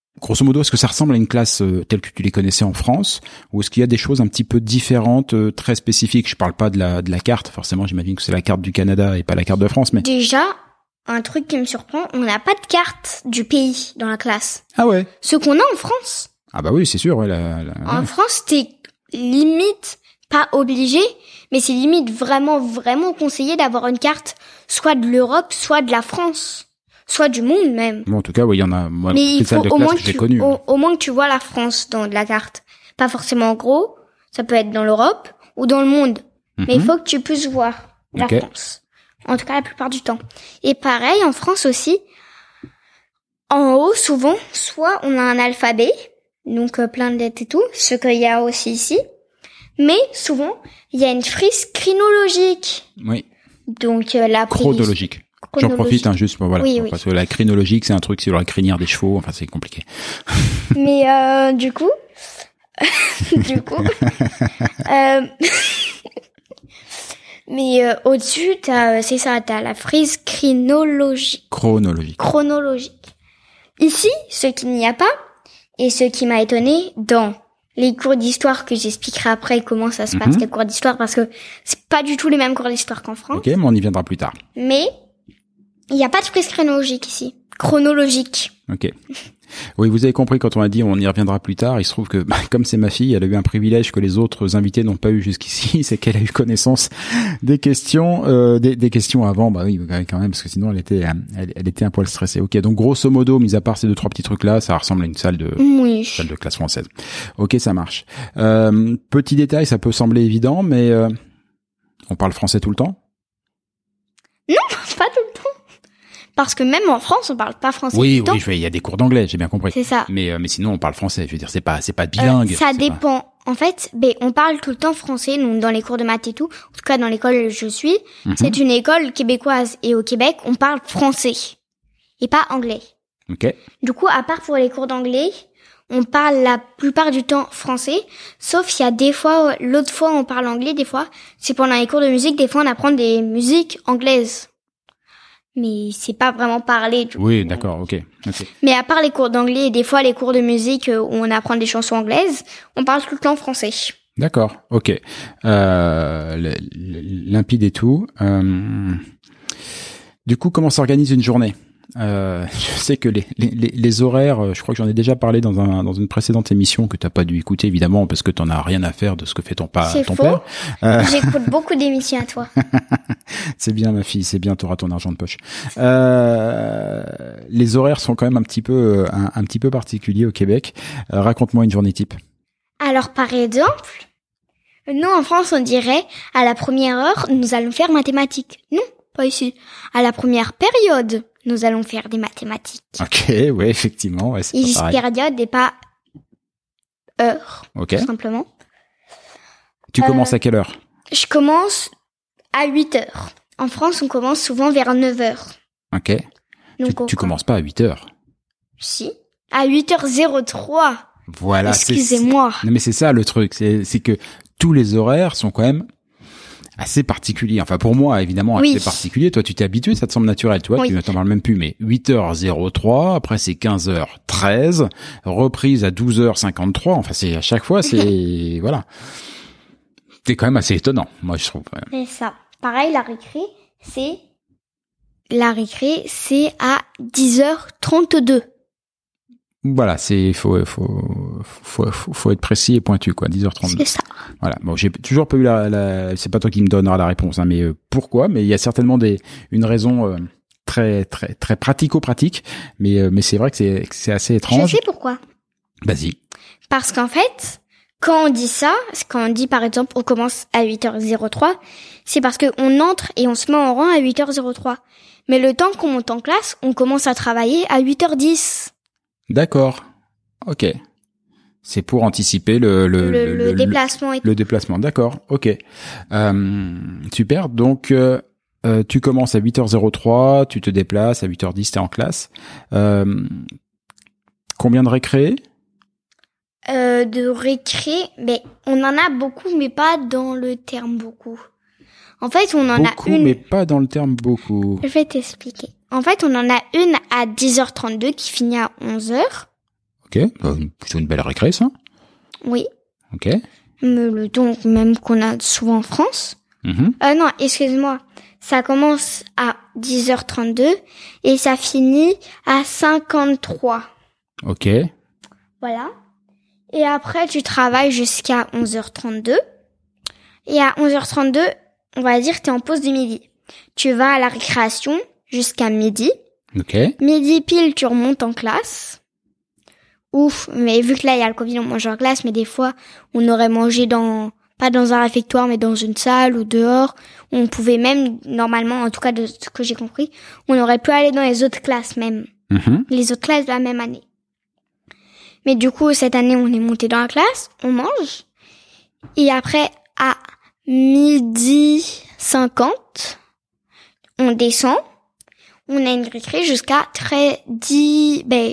Grosso modo, est-ce que ça ressemble à une classe euh, telle que tu les connaissais en France, ou est-ce qu'il y a des choses un petit peu différentes, euh, très spécifiques? Je parle pas de la de la carte, forcément, j'imagine que c'est la carte du Canada et pas la carte de France, mais Déjà, un truc qui me surprend, on n'a pas de carte du pays dans la classe. ah ouais, Ce qu'on a en France. ah bah oui, c'est sûr, ouais, la, la- En ouais. France, t'es limite pas obligé, mais c'est limite vraiment, vraiment conseillé d'avoir une carte soit de l'Europe, soit de la France, soit du monde même. Bon, en tout cas, oui, il y en a. Moi, Mais toutes il les salles faut de au classe moins, que j'ai que tu, connues. au, au moins que tu vois la France dans de la carte. Pas forcément en gros, ça peut être dans l'Europe ou dans le monde. Mais il Mhm. faut que tu puisses voir la Ok. France. En tout cas, la plupart du temps. Et pareil, en France aussi, en haut, souvent, soit on a un alphabet, donc euh, plein de lettres et tout, ce qu'il y a aussi ici. Mais souvent, il y a une frise chronologique. Oui, Donc euh, la prise- chronologique. J'en chronologique. profite, hein, juste pour voilà, Oui, oui. parce que la chronologique, c'est un truc sur la crinière des chevaux. Enfin, c'est compliqué. Mais euh, du coup, du coup, euh, mais euh, au-dessus, t'as, euh, c'est ça, t'as la frise chronologique, Chronologique. chronologique. Ici, ce qu'il n'y a pas, et ce qui m'a étonné dans les cours d'histoire que j'expliquerai après comment ça se passe, Mhm. les cours d'histoire, parce que c'est pas du tout les mêmes cours d'histoire qu'en France. Ok, mais on y viendra plus tard. Mais il n'y a pas de frise chronologique ici, chronologique. Ok. Oui, vous avez compris quand on a dit on y reviendra plus tard. Il se trouve que bah, comme c'est ma fille, elle a eu un privilège que les autres invités n'ont pas eu jusqu'ici, c'est qu'elle a eu connaissance des questions, euh, des, des questions avant. Bah oui, quand même, parce que sinon elle était, euh, elle, elle était un poil stressée. Ok, donc grosso modo, mis à part ces deux trois petits trucs là, ça ressemble à une salle de Oui. salle de classe française. Ok, ça marche. Euh, petit détail, ça peut sembler évident, mais euh, on parle français tout le temps. Pas tout le temps. Parce que même en France, on parle pas français Oui, tout le temps. oui, je vais- il y a des cours d'anglais, j'ai bien compris. C'est ça. Mais euh, mais sinon on parle français. Je veux dire, c'est pas c'est pas Euh, bilingue. ça c'est dépend. pas- En fait, ben, on parle tout le temps français, donc dans les cours de maths et tout. En tout cas, dans l'école où je suis, Mhm. c'est une école québécoise. Et au Québec, on parle français. Et pas anglais. Ok. Du coup, à part pour les cours d'anglais, on parle la plupart du temps français. Sauf s'il y a des fois, l'autre fois, on parle anglais, des fois. C'est pendant les cours de musique, des fois, on apprend des musiques anglaises. Mais c'est pas vraiment parler, du Oui, coup. d'accord, ok. ok. Mais à part les cours d'anglais et des fois les cours de musique euh, où on apprend des chansons anglaises, on parle tout le temps français. D'accord, ok. Euh, l- l- limpide et tout. Euh, du coup, comment s'organise une journée? Euh, je sais que les, les, les- les horaires, je crois que j'en ai déjà parlé dans un dans une précédente émission que t'as pas dû écouter évidemment parce que t'en as rien à faire de ce que fait ton pas C'est ton faux. père. Euh, J'écoute beaucoup d'émissions à toi. c'est bien ma fille, c'est bien, t'auras ton argent de poche. Euh, les horaires sont quand même un petit peu un, un petit peu particuliers au Québec. Euh, raconte-moi une journée type. Alors par exemple, nous en France on dirait à la première heure nous allons faire mathématiques. Non, pas ici. À la première période nous allons faire des mathématiques. Ok, ouais, effectivement, ouais, c'est Et pas juste pareil. période et pas heure, Ok. tout simplement. Tu Euh, commences à quelle heure? Je commence à huit heures. En France on commence souvent vers neuf heures. Ok. Tu, Donc on tu commences pas à huit heures. Si. À huit heures zéro trois. Voilà, c'est- Excusez-moi. Non mais c'est ça le truc, c'est c'est que tous les horaires sont quand même assez particuliers. Enfin pour moi évidemment Oui. assez particuliers. Toi tu t'es habitué, ça te semble naturel, tu vois, Oui. tu t'en parles même plus. Mais huit heures zéro trois, après c'est quinze heures treize, reprise à douze heures cinquante-trois. Enfin c'est à chaque fois c'est voilà. C'est quand même assez étonnant, moi je trouve. C'est ça. Pareil, la récré, c'est... La récré, c'est à dix heures trente-deux. Voilà, c'est faut faut faut faut, faut être précis et pointu quoi, dix heures trente-deux. C'est ça. Voilà. Bon, j'ai toujours pas eu la, la c'est pas toi qui me donnera la réponse, hein, mais euh, pourquoi? Mais il y a certainement des une raison euh, très très très pratico-pratique, mais euh, mais c'est vrai que c'est que c'est assez Je étrange. sais pourquoi. Vas-y. Parce qu'en fait, quand on dit ça, quand on dit par exemple on commence à huit heures zéro trois, c'est parce qu'on entre et on se met en rang à huit heures zéro trois. Mais le temps qu'on monte en classe, on commence à travailler à huit heures dix. D'accord. Ok. C'est pour anticiper le le Le, le déplacement et le déplacement. D'accord. Ok. Euh, super. Donc euh, euh, tu commences à huit heures zéro trois, tu te déplaces à huit heures dix, t'es en classe. Euh, combien de récré? Euh, de récré, mais on en a beaucoup, mais pas dans le terme beaucoup. En fait, on en Beaucoup, a une... mais pas dans le terme beaucoup. Je vais t'expliquer. En fait, on en a une à dix heures trente-deux qui finit à onze heures. Ok, bah, plutôt une belle récré, ça. Oui. Ok. Mais le donc même qu'on a souvent en France. Mm-hmm. Euh, non, excuse-moi. Ça commence à dix heures trente-deux et ça finit à cinquante-trois. Ok. Voilà. Et après, tu travailles jusqu'à onze heures trente-deux. Et à onze heures trente-deux, on va dire que t'es en pause de midi. Tu vas à la récréation jusqu'à midi. Ok. Midi pile, tu remontes en classe. Ouf, mais vu que là, il y a le Covid, on mange en classe, mais des fois, on aurait mangé dans, pas dans un réfectoire, mais dans une salle ou dehors. On pouvait même, normalement, en tout cas de ce que j'ai compris, on aurait pu aller dans les autres classes même. Mm-hmm. Les autres classes de la même année. Mais du coup, cette année, on est monté dans la classe, on mange. Et après, à midi cinquante, on descend. On a une récré jusqu'à très dix, ben,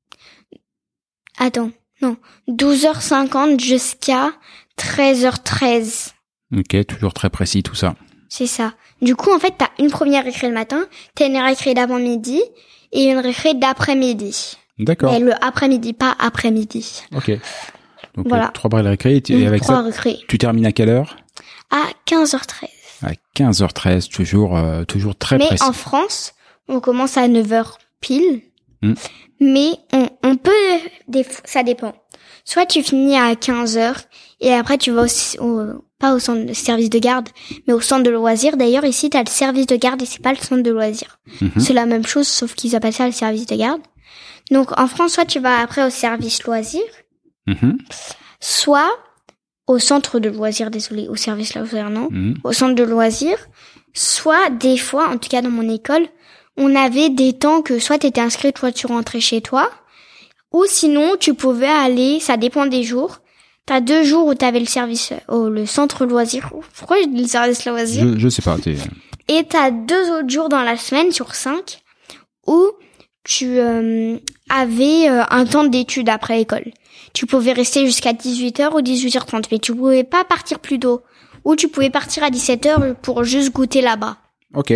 attends, non, douze heures cinquante jusqu'à treize heures treize. Ok, toujours très précis tout ça. C'est ça. Du coup, en fait, t'as une première récré le matin, t'as une récré d'avant-midi et une récré d'après-midi. D'accord. Mais le après-midi, pas après-midi. Ok. Donc, voilà. euh, trois brèves récré, et Mmh, avec trois ça, récré. tu termines à quelle heure? À quinze heures treize. À quinze heures treize, toujours, euh, toujours très Mais précis. en France, on commence à neuf heures pile. Mmh. Mais on, on peut, des, ça dépend. Soit tu finis à quinze heures et après tu vas au, au pas au centre de service de garde, mais au centre de loisirs. D'ailleurs, ici, t'as le service de garde et c'est pas le centre de loisirs. Mmh. C'est la même chose, sauf qu'ils appellent ça le service de garde. Donc, en France, soit tu vas après au service loisirs, Mmh. soit au centre de loisirs, désolé, au service loisirs, non, Mmh. au centre de loisirs, soit des fois, en tout cas dans mon école, on avait des temps que soit t'étais inscrit, toi tu rentrais chez toi, ou sinon tu pouvais aller, ça dépend des jours. T'as deux jours où t'avais le service, oh, le centre loisir. Pourquoi j'ai dit le service loisir? Je, je sais pas, t'es... Et t'as deux autres jours dans la semaine sur cinq où tu euh, avais euh, un temps d'études après l'école. Tu pouvais rester jusqu'à dix-huit heures ou dix-huit heures trente, mais tu pouvais pas partir plus tôt. Ou tu pouvais partir à dix-sept heures pour juste goûter là-bas. Ok.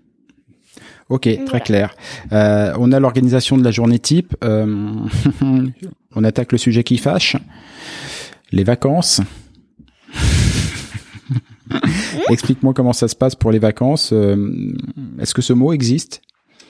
Ok, très Voilà. clair. Euh, on a l'organisation de la journée type. Euh, on attaque le sujet qui fâche. Les vacances. Explique-moi comment ça se passe pour les vacances. Euh, est-ce que ce mot existe?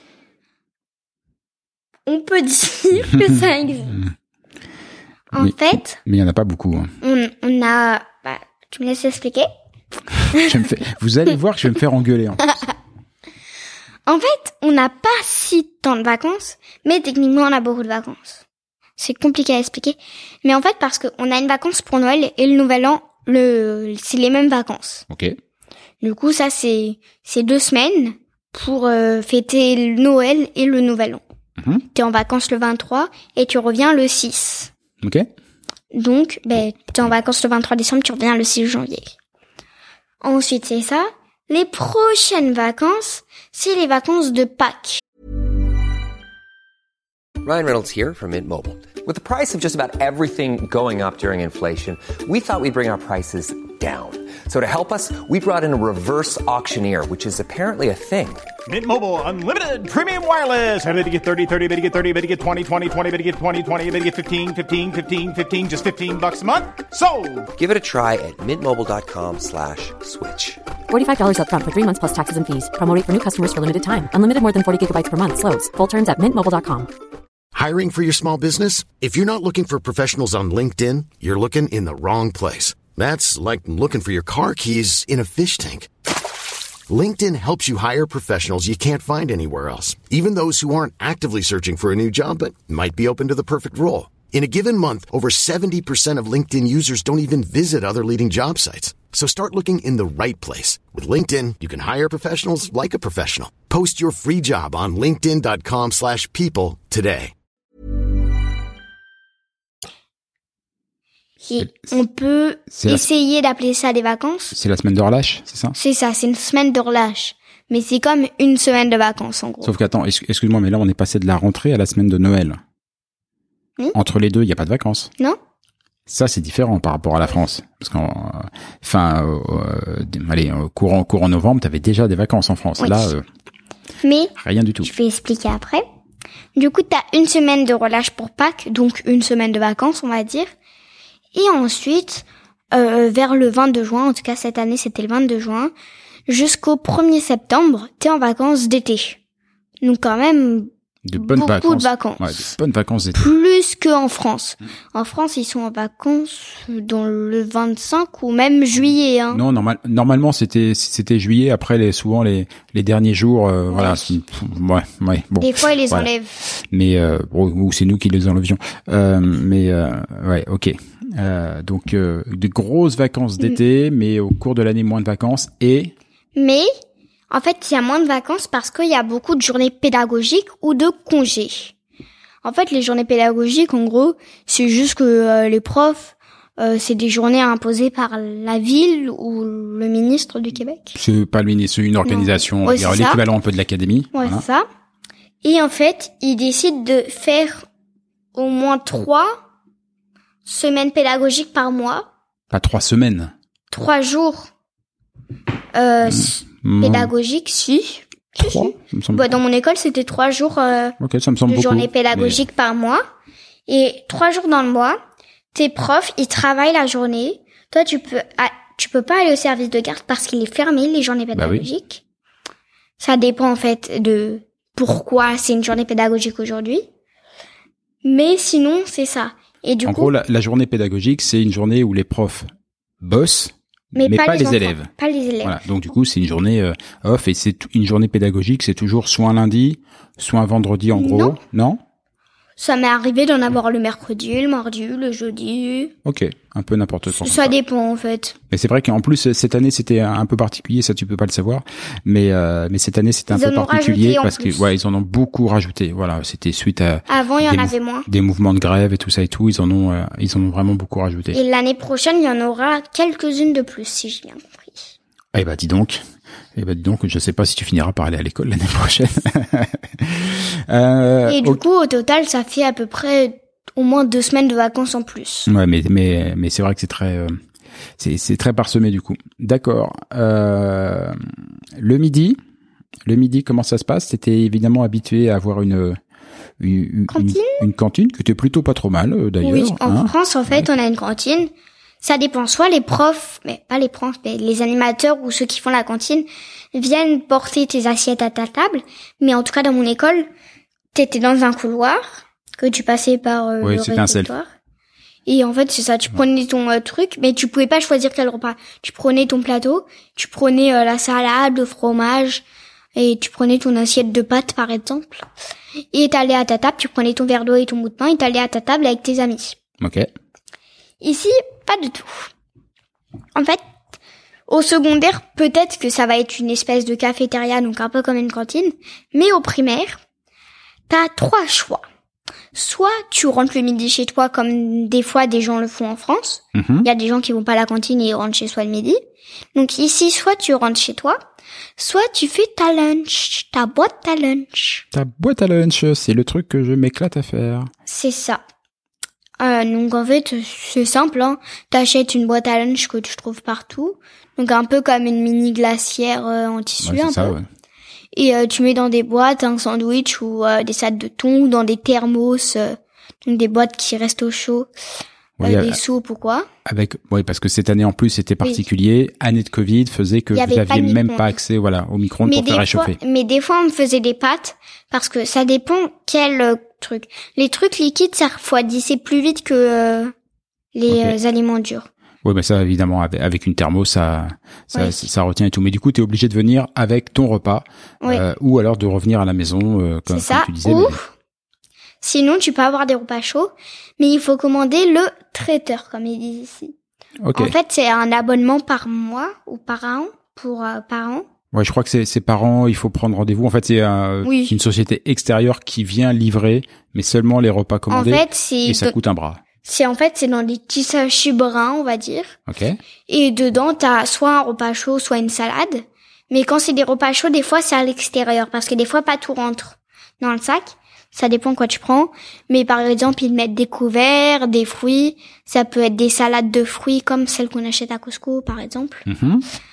On peut dire que ça existe. En Mais- fait, Mais il y en a pas beaucoup. Hein. on, on a... Bah, tu me laisses expliquer? Je vais me faire- Vous allez voir que je vais me faire engueuler. En plus. En fait, on n'a pas si tant de vacances, mais techniquement, on a beaucoup de vacances. C'est compliqué à expliquer. Mais en fait, parce qu'on a une vacance pour Noël et le Nouvel An, le, c'est les mêmes vacances. Ok. Du coup, ça, c'est, c'est deux semaines pour euh, fêter le Noël et le Nouvel An. Mhm. T'es en vacances le vingt-trois et tu reviens le six. Ok. Donc, ben, t'es en vacances le vingt-trois décembre, tu reviens le six janvier. Ensuite, c'est ça. Les prochaines vacances, c'est les vacances de Pâques. Ryan Reynolds here from Mint Mobile. With the price of just about everything going up during inflation, we thought we'd bring our prices down. So to help us, we brought in a reverse auctioneer, which is apparently a thing. Mint Mobile Unlimited Premium Wireless. Ready to get thirty, thirty, bit to get thirty, bit to get twenty, twenty, twenty, bit to get twenty, twenty, bit to get fifteen, fifteen, fifteen, fifteen, just fifteen bucks a month? Sold! Give it a try at mintmobile.com slash switch. forty-five dollars up front for three months plus taxes and fees. Promo rate for new customers for limited time. Unlimited more than forty gigabytes per month. Slows full terms at mint mobile dot com. Hiring for your small business? If you're not looking for professionals on LinkedIn, you're looking in the wrong place. That's like looking for your car keys in a fish tank. LinkedIn helps you hire professionals you can't find anywhere else, even those who aren't actively searching for a new job but might be open to the perfect role. In a given month, over seventy percent of LinkedIn users don't even visit other leading job sites. So start looking in the right place. With LinkedIn, you can hire professionals like a professional. Post your free job on linkedin dot com slash people today. Et on peut C'est la- essayer d'appeler ça des vacances. C'est la semaine de relâche, c'est ça? C'est ça, c'est une semaine de relâche. Mais c'est comme une semaine de vacances, en gros. Sauf qu'attends, ex- excuse-moi, mais là on est passé de la rentrée à la semaine de Noël. Oui. Entre les deux, il n'y a pas de vacances. Non? Ça, c'est différent par rapport à la France. Parce qu'en, euh, fin, euh, euh, allez, euh, courant, courant novembre, t'avais déjà des vacances en France. Oui. Là, euh, Mais, rien du tout. je vais expliquer après. Du coup, t'as une semaine de relâche pour Pâques, donc une semaine de vacances, on va dire. Et ensuite, euh, vers le vingt-deux juin, en tout cas cette année c'était le vingt-deux juin, jusqu'au premier septembre, t'es en vacances d'été. Donc quand même... De bonnes beaucoup vacances. de vacances. Ouais, de bonnes vacances d'été. Plus qu'en France. En France, ils sont en vacances dans le vingt-cinq ou même juillet. Hein. Non, normal, normalement c'était c'était juillet. Après, les, souvent les les derniers jours, euh, ouais. voilà. C'est, ouais, ouais. Bon. Des fois, ils les voilà. enlèvent. Mais euh, ou c'est nous qui les enlevions. Euh, mais euh, ouais, ok. Euh, donc euh, de grosses vacances d'été, mmh. mais au cours de l'année moins de vacances et. Mais en fait, il y a moins de vacances parce qu'il y a beaucoup de journées pédagogiques ou de congés. En fait, les journées pédagogiques, en gros, c'est juste que euh, les profs, euh, c'est des journées imposées par la ville ou le ministre du Québec. C'est pas le ministre, c'est une organisation, ouais, c'est l'équivalent un peu de l'académie. Ouais, voilà. c'est ça. Et en fait, ils décident de faire au moins trois semaines pédagogiques par mois. Pas trois semaines. Trois jours. Euh, mmh. pédagogiques, si. Trois, si, si. Bah, dans mon école, c'était trois jours euh, okay, ça me semble de beaucoup, journée pédagogique mais... par mois. Et trois jours dans le mois, tes profs, ils travaillent la journée. Toi, tu peux, ah, tu peux pas aller au service de garde parce qu'il est fermé, les journées pédagogiques. Bah oui. Ça dépend, en fait, de pourquoi c'est une journée pédagogique aujourd'hui. Mais sinon, c'est ça. Et du en coup, gros, la, la journée pédagogique, c'est une journée où les profs bossent, mais, mais pas, pas les, les élèves. Pas les élèves. Voilà. Donc, du coup, c'est une journée euh, off et c'est t- une journée pédagogique, c'est toujours soit un lundi, soit un vendredi, en gros. Non. Non? Ça m'est arrivé d'en avoir le mercredi, le mardi, le jeudi. Ok, un peu n'importe quoi. Ça dépend en fait. Mais c'est vrai qu'en plus cette année c'était un peu particulier, ça tu peux pas le savoir. Mais euh, mais cette année c'était un ils peu particulier parce plus. que ouais ils en ont beaucoup rajouté. Voilà, c'était suite à avant il y en des, avait moins. Des mouvements de grève et tout ça et tout, ils en ont euh, ils en ont vraiment beaucoup rajouté. Et l'année prochaine il y en aura quelques-unes de plus si j'ai bien compris. Eh bah dis donc. Eh ben dis donc, je sais pas si tu finiras par aller à l'école l'année prochaine. euh, et du okay. coup, au total, ça fait à peu près au moins deux semaines de vacances en plus. Ouais, mais mais mais c'est vrai que c'est très euh, c'est c'est très parsemé du coup. D'accord. Euh, le midi, le midi, comment ça se passe? T'étais évidemment habitué à avoir une une, une cantine, une, une cantine qui était plutôt pas trop mal euh, d'ailleurs. Oui, en hein. France, en fait, ouais. on a une cantine. Ça dépend, soit les profs, mais pas les profs, mais les animateurs ou ceux qui font la cantine viennent porter tes assiettes à ta table. Mais en tout cas, dans mon école, t'étais dans un couloir que tu passais par euh, oui, le c'était réfectoire. Un et en fait, c'est ça, tu prenais ton euh, truc, mais tu pouvais pas choisir quel repas. Tu prenais ton plateau, tu prenais euh, la salade, le fromage, et tu prenais ton assiette de pâtes, par exemple. Et t'allais à ta table, tu prenais ton verre d'eau et ton bout de pain, et t'allais à ta table avec tes amis. Ok. Ici, pas du tout. En fait, au secondaire, peut-être que ça va être une espèce de cafétéria, donc un peu comme une cantine. Mais au primaire, t'as trois choix. Soit tu rentres le midi chez toi, comme des fois des gens le font en France. Il mm-hmm. y a des gens qui vont pas à la cantine et ils rentrent chez soi le midi. Donc ici, soit tu rentres chez toi, soit tu fais ta lunch, ta boîte à lunch. Ta boîte à lunch, c'est le truc que je m'éclate à faire. C'est ça. Euh, donc en fait c'est simple, hein. T'achètes une boîte à lunch que tu trouves partout, donc un peu comme une mini glacière euh, en tissu ouais, un ça, peu. Ouais. Et euh, tu mets dans des boîtes un sandwich ou euh, des salades de thon, ou dans des thermos, euh, donc des boîtes qui restent au chaud, oui, euh, des soupes ou quoi. Avec, oui, parce que cette année en plus c'était particulier, oui. Année de Covid faisait que vous n'aviez même pas accès, voilà, au micro-ondes pour faire réchauffer. Fois, mais des fois on me faisait des pâtes parce que ça dépend quel euh, truc. Les trucs liquides ça refroidissait plus vite que euh, les okay. euh, aliments durs. Oui, mais ça évidemment avec une thermos ça ça, oui. ça ça retient et tout. Mais du coup t'es obligé de venir avec ton repas oui. euh, ou alors de revenir à la maison euh, comme, ça, comme tu disais. Ou... Mais... Sinon, tu peux avoir des repas chauds, mais il faut commander le traiteur, comme ils disent ici. Okay. En fait, c'est un abonnement par mois ou par an, pour euh, par an. Ouais, je crois que c'est, c'est par an, il faut prendre rendez-vous. En fait, c'est euh, oui. une société extérieure qui vient livrer, mais seulement les repas commandés. En fait, c'est et ça de... coûte un bras. C'est en fait, c'est dans des petits sachets bruns, on va dire. Ok. Et dedans, t'as soit un repas chaud, soit une salade. Mais quand c'est des repas chauds, des fois, c'est à l'extérieur, parce que des fois, pas tout rentre dans le sac. Ça dépend quoi tu prends. Mais par exemple, ils mettent des couverts, des fruits. Ça peut être des salades de fruits comme celles qu'on achète à Costco, par exemple. Mm-hmm.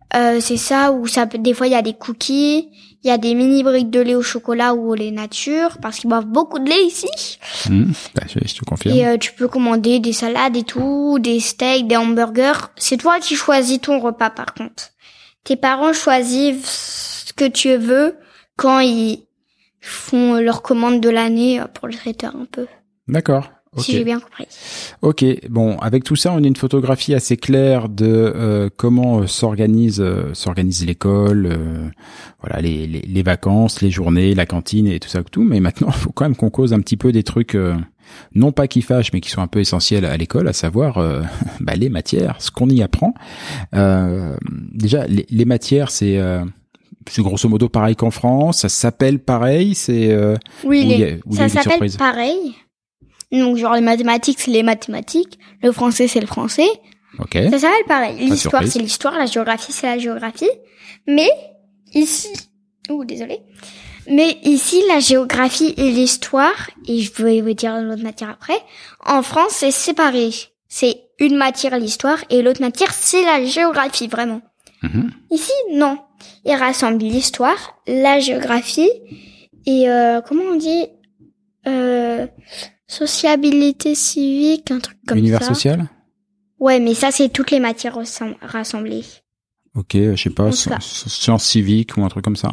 Euh, c'est ça, ou ça peut, des fois il y a des cookies, il y a des mini briques de lait au chocolat ou au lait nature, parce qu'ils boivent beaucoup de lait ici. Mmh, bah, je, je te confirme. Et euh, tu peux commander des salades et tout, des steaks, des hamburgers. C'est toi qui choisis ton repas par contre. Tes parents choisissent ce que tu veux quand ils font leur commande de l'année pour le traiteur un peu. D'accord. Okay. Si j'ai bien compris. Ok, bon, avec tout ça, on a une photographie assez claire de euh, comment euh, s'organise euh, s'organise l'école, euh, voilà, les, les les vacances, les journées, la cantine et tout ça tout. Mais maintenant, il faut quand même qu'on cause un petit peu des trucs, euh, non pas qui fâchent, mais qui sont un peu essentiels à l'école, à savoir euh, bah, les matières, ce qu'on y apprend. Euh, déjà, les, les matières, c'est euh, c'est grosso modo pareil qu'en France. Ça s'appelle pareil. C'est euh, oui, les, y a, ça s'appelle pareil. Donc, genre, les mathématiques, c'est les mathématiques. Le français, c'est le français. Ok. Ça s'appelle pareil. L'histoire, c'est l'histoire. La géographie, c'est la géographie. Mais, ici, oh, désolé. Mais ici, la géographie et l'histoire, et je vais vous dire l'autre matière après, en France, c'est séparé. C'est une matière, l'histoire, et l'autre matière, c'est la géographie, vraiment. Mm-hmm. Ici, non. Ils rassemblent l'histoire, la géographie, et, euh, comment on dit, euh, sociabilité civique, un truc comme L'univers ça. social? Ouais, mais ça, c'est toutes les matières rassemblées. Ok, je sais pas, sciences civiques ou un truc comme ça.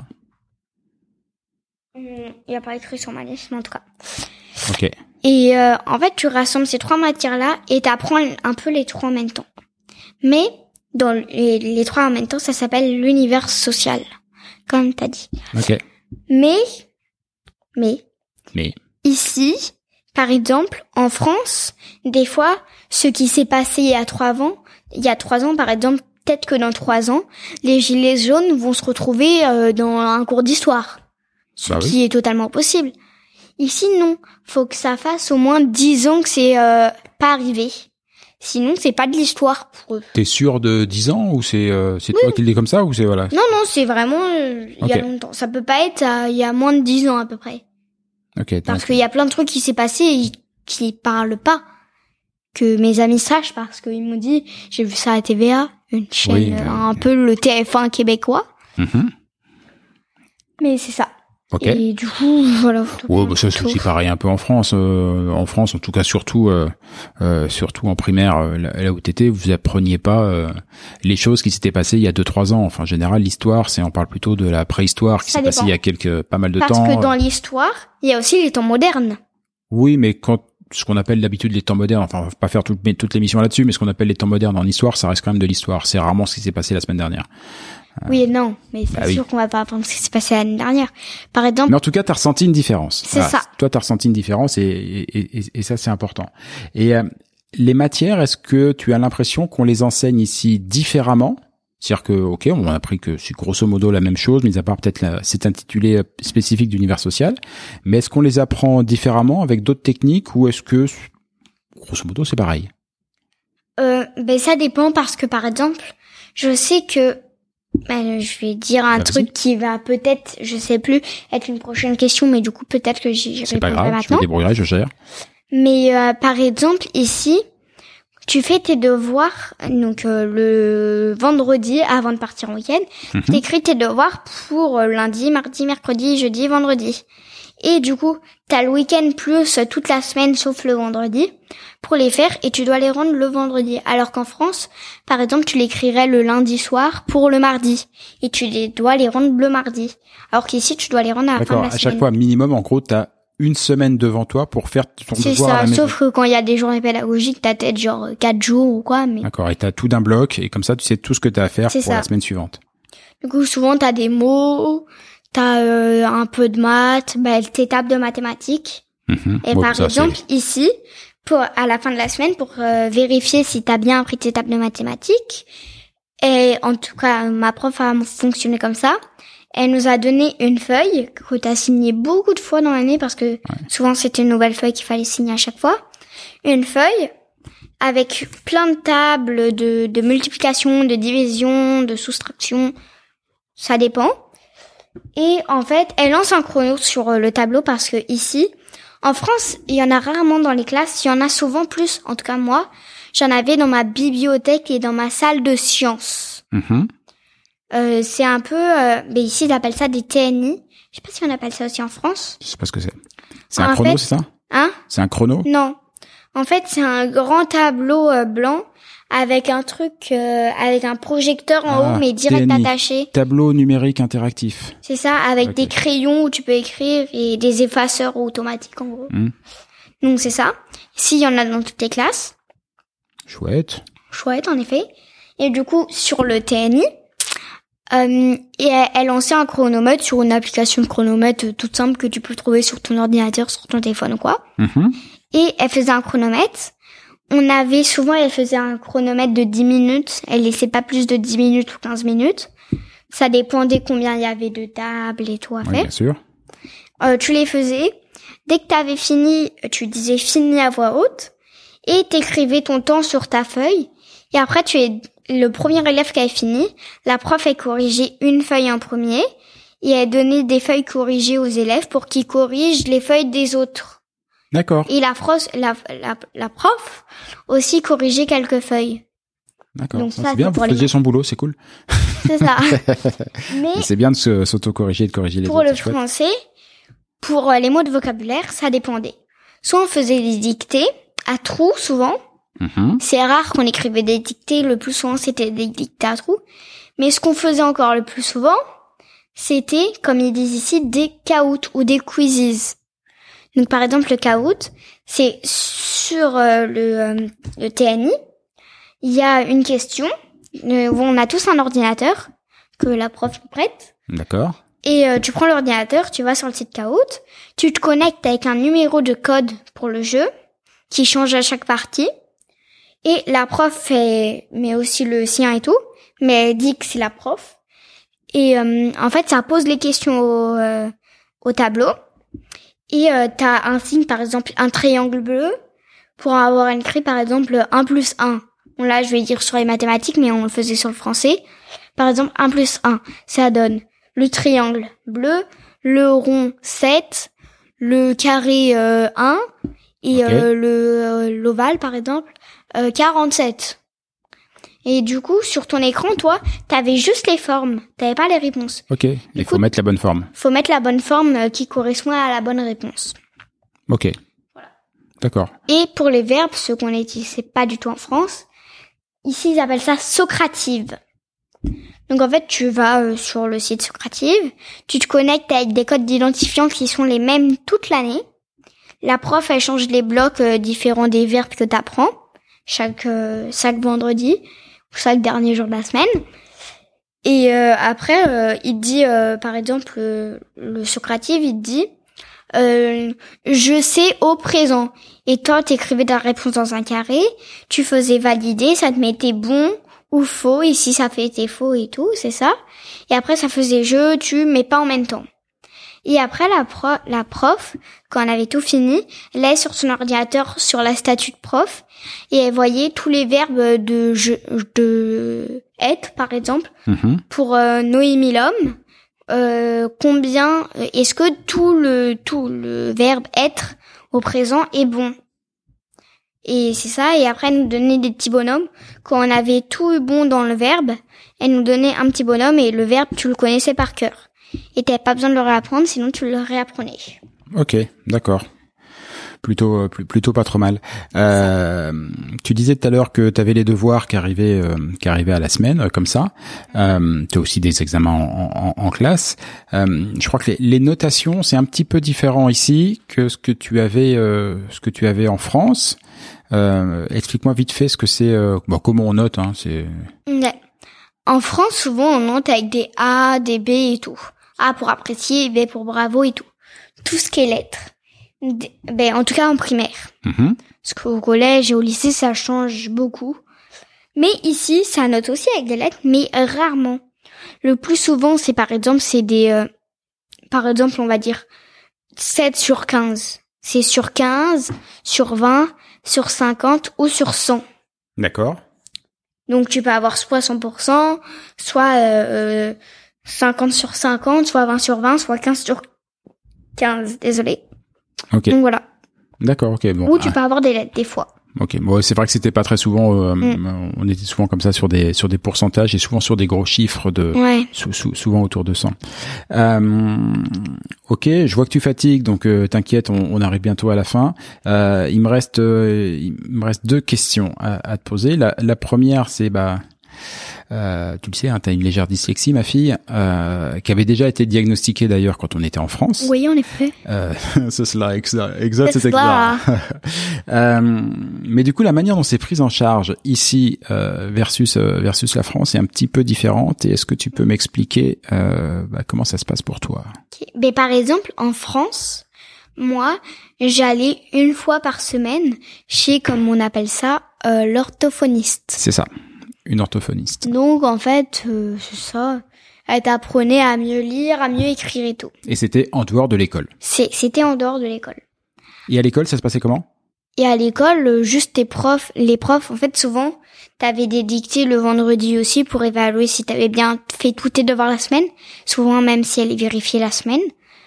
Il n'y a pas écrit sur ma liste, mais en tout cas. Ok. Et euh, en fait, tu rassembles ces trois matières-là et t'apprends un peu les trois en même temps. Mais, dans les, les trois en même temps, ça s'appelle l'univers social, comme t'as dit. Ok. Mais, mais, mais, ici... Par exemple, en France, des fois, ce qui s'est passé il y a trois ans, il y a trois ans, par exemple, peut-être que dans trois ans, les gilets jaunes vont se retrouver euh, dans un cours d'histoire. Ce bah qui oui. est totalement possible. Ici, non. Faut que ça fasse au moins dix ans que c'est euh, pas arrivé. Sinon, c'est pas de l'histoire pour eux. T'es sûr de dix ans ou c'est euh, c'est oui. toi qui le dis comme ça ou c'est voilà? Non, non, c'est vraiment euh, il okay. y a longtemps. Ça peut pas être euh, il y a moins de dix ans à peu près. Okay, parce qu'il y a plein de trucs qui s'est passé et qui parlent pas, que mes amis sachent parce qu'ils m'ont dit, j'ai vu ça à T V A, une chaîne oui, euh, un okay. peu le T F un québécois. Mm-hmm. Mais c'est ça. Okay. Et du coup, voilà. Ouais, bah ça c'est aussi pareil un peu en France. Euh, en France, en tout cas, surtout, euh, euh, surtout en primaire, euh, là où t'étais, vous appreniez pas euh, les choses qui s'étaient passées il y a deux trois ans. Enfin, en général, l'histoire, c'est on parle plutôt de la préhistoire qui s'est passée il y a quelques pas mal de Parce temps. Parce que dans l'histoire, il y a aussi les temps modernes. Oui, mais quand ce qu'on appelle d'habitude les temps modernes, enfin, on va pas faire toute, toute l'émission là-dessus, mais ce qu'on appelle les temps modernes en histoire, ça reste quand même de l'histoire. C'est rarement ce qui s'est passé la semaine dernière. Oui et non, mais c'est bah sûr oui. qu'on va pas apprendre ce qui s'est passé l'année dernière. Par exemple. Mais en tout cas, t'as ressenti une différence. C'est voilà. ça. Toi, t'as ressenti une différence et, et, et, et ça, c'est important. Et euh, les matières, est-ce que tu as l'impression qu'on les enseigne ici différemment? C'est-à-dire que, ok, on a appris que c'est grosso modo la même chose, mis à part peut-être la, c'est intitulé spécifique d'univers social. Mais est-ce qu'on les apprend différemment avec d'autres techniques ou est-ce que, grosso modo, c'est pareil? Euh, ben ça dépend parce que par exemple, je sais que Ben, je vais dire un bah, truc qui va peut-être, je sais plus, être une prochaine question, mais du coup peut-être que j'y répondrai C'est pas grave, maintenant. je me débrouillerai, je gère. Mais euh, par exemple ici, tu fais tes devoirs donc euh, le vendredi avant de partir en week-end. Mm-hmm. T'écris tes devoirs pour euh, lundi, mardi, mercredi, jeudi, vendredi. Et du coup, t'as le week-end plus toute la semaine sauf le vendredi pour les faire et tu dois les rendre le vendredi. Alors qu'en France, par exemple, tu l'écrirais le lundi soir pour le mardi et tu les dois les rendre le mardi. Alors qu'ici, tu dois les rendre à la fin de la à semaine. Chaque fois, minimum, en gros, t'as une semaine devant toi pour faire ton C'est devoir ça, à la maison. sauf que quand il y a des journées pédagogiques, t'as peut-être genre quatre jours ou quoi, mais. D'accord, et t'as tout d'un bloc et comme ça, tu sais tout ce que t'as à faire C'est pour ça. la semaine suivante. Du coup, souvent, t'as des mots, t'as euh, un peu de maths, bah, tes tables de mathématiques. Mmh. Et Bon, par ça, exemple, c'est- ici, pour à la fin de la semaine, pour euh, vérifier si t'as bien appris tes tables de mathématiques, et en tout cas, ma prof a fonctionné comme ça, elle nous a donné une feuille que t'as signée beaucoup de fois dans l'année, parce que souvent c'était une nouvelle feuille qu'il fallait signer à chaque fois. Une feuille avec plein de tables de, de multiplication, de division, de soustraction, ça dépend. Et en fait, elle lance un chrono sur euh, le tableau parce que ici, en France, il y en a rarement dans les classes, il y en a souvent plus. En tout cas, moi, j'en avais dans ma bibliothèque et dans ma salle de sciences. Mhm. Euh, c'est un peu, euh, mais ici ils appellent ça des T N I. Je sais pas si on appelle ça aussi en France. Je sais pas ce que c'est. C'est un En chrono, fait- c'est ça? Hein? C'est un chrono? Non. En fait, c'est un grand tableau euh, blanc avec un truc, euh, avec un projecteur en Ah, haut, mais direct T N I. attaché. Tableau numérique interactif. C'est ça, avec Ok. des crayons où tu peux écrire et des effaceurs automatiques en gros. Hmm. Donc c'est ça. Ici, il y en a dans toutes les classes. Chouette. Chouette, en effet. Et du coup, sur le T N I, euh, et elle, elle lançait un chronomètre sur une application de chronomètre euh, toute simple que tu peux trouver sur ton ordinateur, sur ton téléphone ou quoi. Mhm. Et elle faisait un chronomètre. On avait souvent, elle faisait un chronomètre de dix minutes. Elle laissait pas plus de dix minutes ou quinze minutes. Ça dépendait combien il y avait de tables et tout à Oui, faire. bien sûr. Euh, tu les faisais. Dès que t'avais fini, tu disais fini à voix haute. Et t'écrivais ton temps sur ta feuille. Et après, tu es le premier élève qui avait fini. La prof, elle corrigeait une feuille en premier. Et elle donnait des feuilles corrigées aux élèves pour qu'ils corrigent les feuilles des autres. D'accord. Et la, prof, la, la, la prof aussi corrigeait quelques feuilles. D'accord. Donc Ah, ça, c'est bien, c'est vous pour les faisiez maths. son boulot, c'est cool. C'est ça. Mais Et c'est bien de se- s'auto-corriger et de corriger les pour autres. le c'est chouette. français, pour euh, les mots de vocabulaire, ça dépendait. Soit on faisait des dictées, à trous souvent. Mhm. C'est rare qu'on écrivait des dictées, le plus souvent c'était des dictées à trous. Mais ce qu'on faisait encore le plus souvent, c'était, comme ils disent ici, des caouts ou des quizzes. Donc par exemple, le caout, c'est sur euh, le, euh, le T N I, il y a une question, euh, où on a tous un ordinateur que la prof nous prête. D'accord. Et euh, tu prends l'ordinateur, tu vas sur le site Kahoot, tu te connectes avec un numéro de code pour le jeu qui change à chaque partie. Et la prof fait, mais aussi le sien et tout, mais elle dit que c'est la prof. Et euh, en fait, ça pose les questions au, euh, au tableau. Et euh, t'as un signe, par exemple, un triangle bleu pour avoir écrit, par exemple, un plus un. Bon, là, je vais dire sur les mathématiques, mais on le faisait sur le français. Par exemple, un plus un, ça donne le triangle bleu, le rond sept, le carré euh, un et Ok. euh, le euh, l'ovale, par exemple, euh, quarante-sept. Et du coup, sur ton écran, toi, t'avais juste les formes, t'avais pas les réponses. Ok. Il faut Écoute- mettre la bonne forme. Faut mettre la bonne forme euh, qui correspond à la bonne réponse. Ok. D'accord. Et pour les verbes, ceux qu'on n'utilisait pas du tout en France, ici ils appellent ça Socrative. Donc en fait, tu vas euh, sur le site Socrative, tu te connectes avec des codes d'identifiants qui sont les mêmes toute l'année. La prof, elle change les blocs euh, différents des verbes que t'apprends chaque euh, chaque vendredi ou chaque dernier jour de la semaine. Et euh, après, euh, il te dit, euh, par exemple, euh, le Socrative, il te dit euh, je sais au présent. Et toi, t'écrivais ta réponse dans un carré, tu faisais valider, ça te mettait bon ou faux, et si ça fait été faux et tout, c'est ça. Et après, ça faisait je, tu, mais pas en même temps. Et après, la, pro, la prof, quand elle avait tout fini, elle allait sur son ordinateur, sur la statue de prof, et elle voyait tous les verbes de je, de être, par exemple, Mhm. pour euh, Noémie l'homme. Euh, combien, est-ce que tout le, tout le verbe être au présent est bon? Et c'est ça, et après elle nous donnait des petits bonhommes. Quand on avait tout eu bon dans le verbe, elle nous donnait un petit bonhomme et le verbe, tu le connaissais par cœur. Et t'avais pas besoin de le réapprendre, sinon tu le réapprenais. Ok. D'accord. Plutôt, euh, pl- plutôt pas trop mal. Euh, tu disais tout à l'heure que tu avais les devoirs qui arrivaient, euh, qui arrivaient à la semaine, euh, comme ça. Euh, tu as aussi des examens en, en, en classe. Euh, je crois que les, les notations, c'est un petit peu différent ici que ce que tu avais, euh, ce que tu avais en France. Euh, explique-moi vite fait ce que c'est. Euh, bon, comment on note, hein, c'est. Ouais. En France, souvent, on note avec des A, des B et tout. A pour apprécier, B pour bravo et tout. Tout ce qui est lettres. D- Ben, en tout cas, en primaire. Mhm. Parce qu'au collège et au lycée, ça change beaucoup. Mais ici, ça note aussi avec des lettres, mais rarement. Le plus souvent, c'est par exemple, c'est des... euh, par exemple, on va dire sept sur quinze. C'est sur quinze, sur vingt, sur cinquante ou sur cent. D'accord. Donc tu peux avoir soit cent pour cent, soit euh, cinquante sur cinquante, soit vingt sur vingt, soit quinze sur quinze. Désolé. Ok. Donc voilà. D'accord. Ok. Bon. Ou tu Ah. peux avoir des lettres, des fois. Ok. Bon, c'est vrai que c'était pas très souvent. Euh, Mm. On était souvent comme ça sur des sur des pourcentages et souvent sur des gros chiffres de Ouais. sou- sou- souvent autour de cent. Euh, ok. Je vois que tu fatigues, donc euh, t'inquiète, on, on arrive bientôt à la fin. Euh, il me reste euh, il me reste deux questions à, à te poser. La, la première, c'est bah. Euh, tu le sais, hein, tu as une légère dyslexie, ma fille, euh, qui avait déjà été diagnostiquée d'ailleurs quand on était en France. Oui, en effet. Euh, c'est cela, exact, exact, C'est c'est cela. exact. euh, mais du coup, la manière dont c'est prise en charge ici euh, versus euh, versus la France est un petit peu différente. Et est-ce que tu peux m'expliquer euh, bah, comment ça se passe pour toi? Ok. Mais par exemple, en France, moi, j'allais une fois par semaine chez, comme on appelle ça, euh, l'orthophoniste. C'est ça, une orthophoniste. Donc, en fait, euh, c'est ça. Elle t'apprenait à mieux lire, à mieux écrire et tout. Et c'était en dehors de l'école. C'est, c'était en dehors de l'école. Et à l'école, ça se passait comment? Et à l'école, euh, juste tes profs, les profs, en fait, souvent, t'avais des dictées le vendredi aussi pour évaluer si t'avais bien fait tous tes devoirs la semaine. Souvent, même si elle est vérifiée la semaine.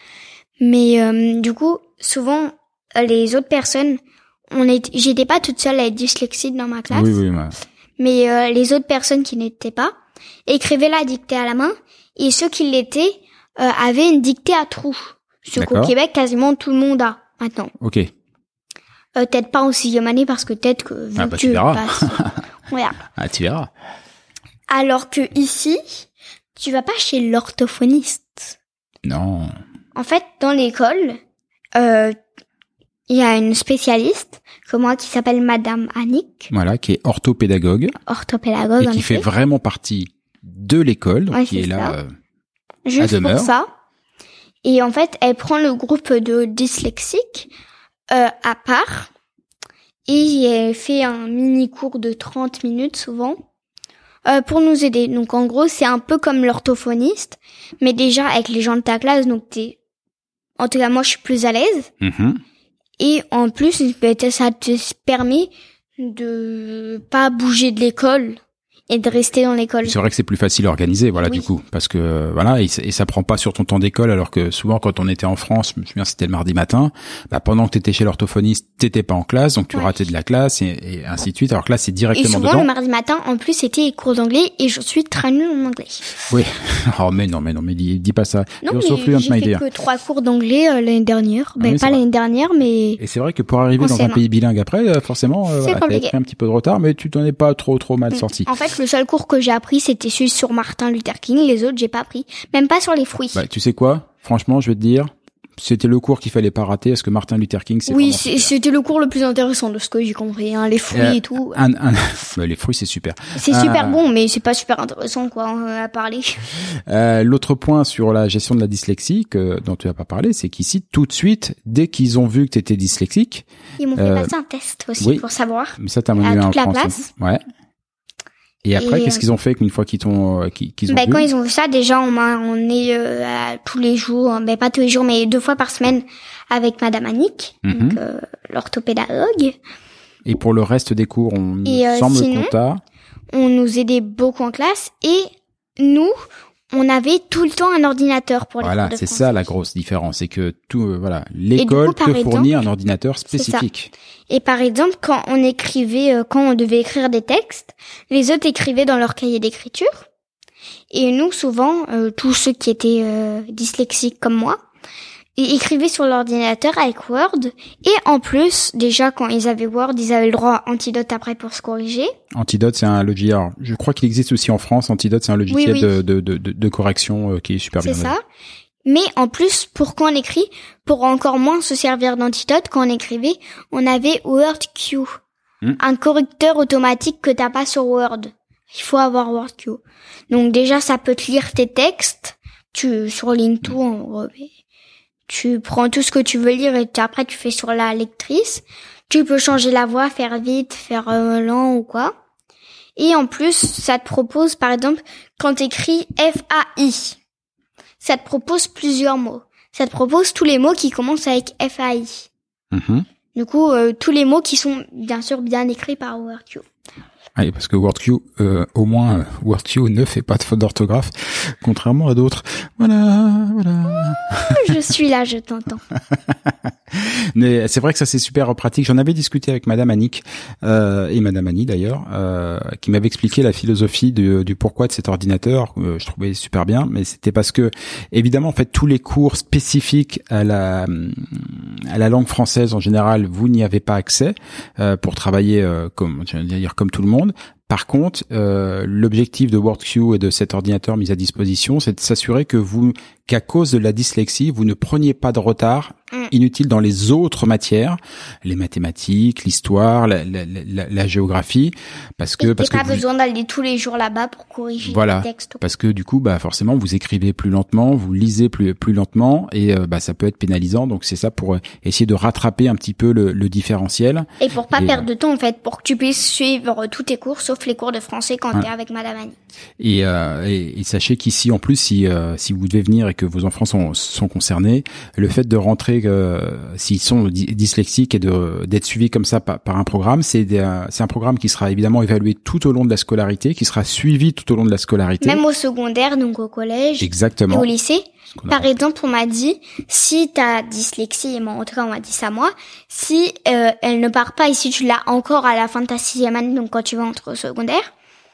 Mais euh, du coup, souvent, euh, les autres personnes, on est, j'étais pas toute seule à être dyslexique dans ma classe. Oui, oui, ouais. Mais euh, les autres personnes qui n'étaient pas écrivaient la dictée à la main, et ceux qui l'étaient euh, avaient une dictée à trous. Ce qu'au D'accord. Québec, quasiment tout le monde a maintenant. Ok. Euh, peut-être pas en sixième année, parce que peut-être que vu Ah bah, que tu verras. passes- voilà. Ah, tu verras. Alors que ici, tu vas pas chez l'orthophoniste. Non. En fait, dans l'école, euh, il y a une spécialiste comme moi qui s'appelle Madame Annick, Voilà, qui est orthopédagogue orthopédagogue et en qui fait effet. vraiment partie de l'école, donc Ouais, qui c'est est là. ça. euh, Juste demeure. pour ça. Et en fait, elle prend le groupe de dyslexiques euh, à part et elle fait un mini cours de trente minutes souvent euh, pour nous aider. Donc en gros, c'est un peu comme l'orthophoniste, mais déjà avec les gens de ta classe, donc t'es... En tout cas, moi, je suis plus à l'aise. mhm. Et en plus, peut-être ça te permet de pas bouger de l'école et de rester dans l'école. C'est vrai que c'est plus facile à organiser, voilà, Oui. du coup, parce que euh, voilà, et, ça- et ça prend pas sur ton temps d'école, alors que souvent quand on était en France, je me souviens c'était le mardi matin, bah pendant que t'étais chez l'orthophoniste, t'étais pas en classe, donc tu Ouais. ratais de la classe et, et ainsi de suite. Alors que là, c'est Et directement souvent, dedans. le mardi matin, en plus, c'était les cours d'anglais et je suis très nulle en anglais. Oui. Oh mais non, mais non, mais dis, dis pas ça. Non, You're so mais fluent, j'ai my fait dear. que trois cours d'anglais euh, l'année dernière. Ah Ben, oui, c'est pas vrai. l'année dernière, mais... Et c'est vrai que pour arriver En dans un C M un. pays bilingue après, euh, forcément, euh, C'est voilà, t'as compliqué. pris un petit peu de retard, mais tu t'en es pas trop trop mal sorti. En fait, le seul cours que j'ai appris, c'était celui sur Martin Luther King. Les autres, j'ai pas appris. Même pas sur les fruits. Bah, tu sais quoi? Franchement, je vais te dire, c'était le cours qu'il fallait pas rater, parce que Martin Luther King, c'est Oui, vraiment c'est- super. c'était le cours le plus intéressant de ce que j'ai compris. Hein, les fruits Euh, et tout. Un, un... bah, les fruits, c'est super. C'est un- super bon, mais c'est pas super intéressant, quoi, euh, à parler. Euh, l'autre point sur la gestion de la dyslexie que, dont tu n'as pas parlé, c'est qu'ici, tout de suite, dès qu'ils ont vu que tu étais dyslexique, Ils m'ont fait Euh, passer un test aussi oui. pour savoir. mais ça, t'as À manuel en toute la France. place. Ouais. Et après, Et, qu'est-ce euh, qu'ils ont fait une fois qu'ils t'ont, euh, qu'ils, qu'ils ont Ben, vu quand ils ont vu ça, déjà, on, m'a- on est euh, à- tous les jours, ben pas tous les jours, mais deux fois par semaine avec Madame Annick, Mhm. donc euh, l'orthopédagogue. Et pour le reste des cours, on Et, euh, semble sinon, qu'on t'a... On nous aidait beaucoup en classe et nous, on avait tout le temps un ordinateur pour les Voilà, cours de c'est français. ça la grosse différence, c'est que tout, euh, voilà, l'école coup, par te exemple, fournit un ordinateur c'est ça. spécifique. Et par exemple, quand on écrivait, euh, quand on devait écrire des textes, les autres écrivaient dans leur cahier d'écriture. Et nous, souvent, euh, tous ceux qui étaient euh, dyslexiques comme moi, ils écrivaient sur l'ordinateur avec Word. Et en plus, déjà, quand ils avaient Word, ils avaient le droit à Antidote après pour se corriger. Antidote, c'est un logiciel. alors, Je crois qu'il existe aussi en France. Antidote, c'est un logiciel oui. De, de, de, de, de correction euh, qui est super bien. C'est noté. ça. Mais en plus, pour quand on écrit, pour encore moins se servir d'antidote, quand on écrivait, on avait WordQ. Hmm. Un correcteur automatique que t'as pas sur Word. Il faut avoir WordQ. Donc déjà, ça peut te lire tes textes. Tu surlignes tout en gros. Tu prends tout ce que tu veux lire et tu- après tu fais sur la lectrice. Tu peux changer la voix, faire vite, faire euh, lent ou quoi. Et en plus, ça te propose, par exemple, quand t'écris F A I, ça te propose plusieurs mots. Ça te propose tous les mots qui commencent avec F A I. Mhm. Du coup, euh, tous les mots qui sont bien sûr bien écrits par WordQ. Oui, parce que WordQ, euh, au moins, WordQ ne fait pas de faute d'orthographe, contrairement à d'autres. Voilà, voilà. Je suis là, je t'entends. Mais c'est vrai que ça c'est super pratique. J'en avais discuté avec Madame Annick euh, et Madame Annie d'ailleurs, euh, qui m'avait expliqué la philosophie du, du pourquoi de cet ordinateur. Euh, je trouvais super bien, mais c'était parce que évidemment en fait tous les cours spécifiques à la à la langue française en général, vous n'y avez pas accès euh, pour travailler euh, comme je veux dire comme tout le monde. Par contre, euh, l'objectif de WordQ et de cet ordinateur mis à disposition, c'est de s'assurer que vous, qu'à cause de la dyslexie, vous ne preniez pas de retard inutile dans les autres matières, les mathématiques, l'histoire, la, la, la, la géographie, parce que et parce t'as que pas vous, besoin d'aller tous les jours là-bas pour corriger voilà, les textes. parce que du coup, bah forcément, vous écrivez plus lentement, vous lisez plus plus lentement, et euh, bah ça peut être pénalisant. Donc c'est ça pour essayer de rattraper un petit peu le, le différentiel. Et pour pas et, perdre de temps en fait, pour que tu puisses suivre tous tes cours, sauf les cours de français quand ouais. t'es avec Madame Annie. Et, euh, et, et sachez qu'ici, en plus, si euh, si vous devez venir et que vos enfants sont sont concernés, le fait de rentrer, euh, s'ils sont dyslexiques et de d'être suivis comme ça par, par un programme, c'est des, c'est un programme qui sera évidemment évalué tout au long de la scolarité, qui sera suivi tout au long de la scolarité. Même au secondaire, donc au collège. Exactement. Et au lycée. Par exemple, on m'a dit, si t'as dyslexie, et en tout cas on m'a dit ça moi, si euh, elle ne part pas et si tu l'as encore à la fin de ta sixième année, donc quand tu vas entrer au secondaire,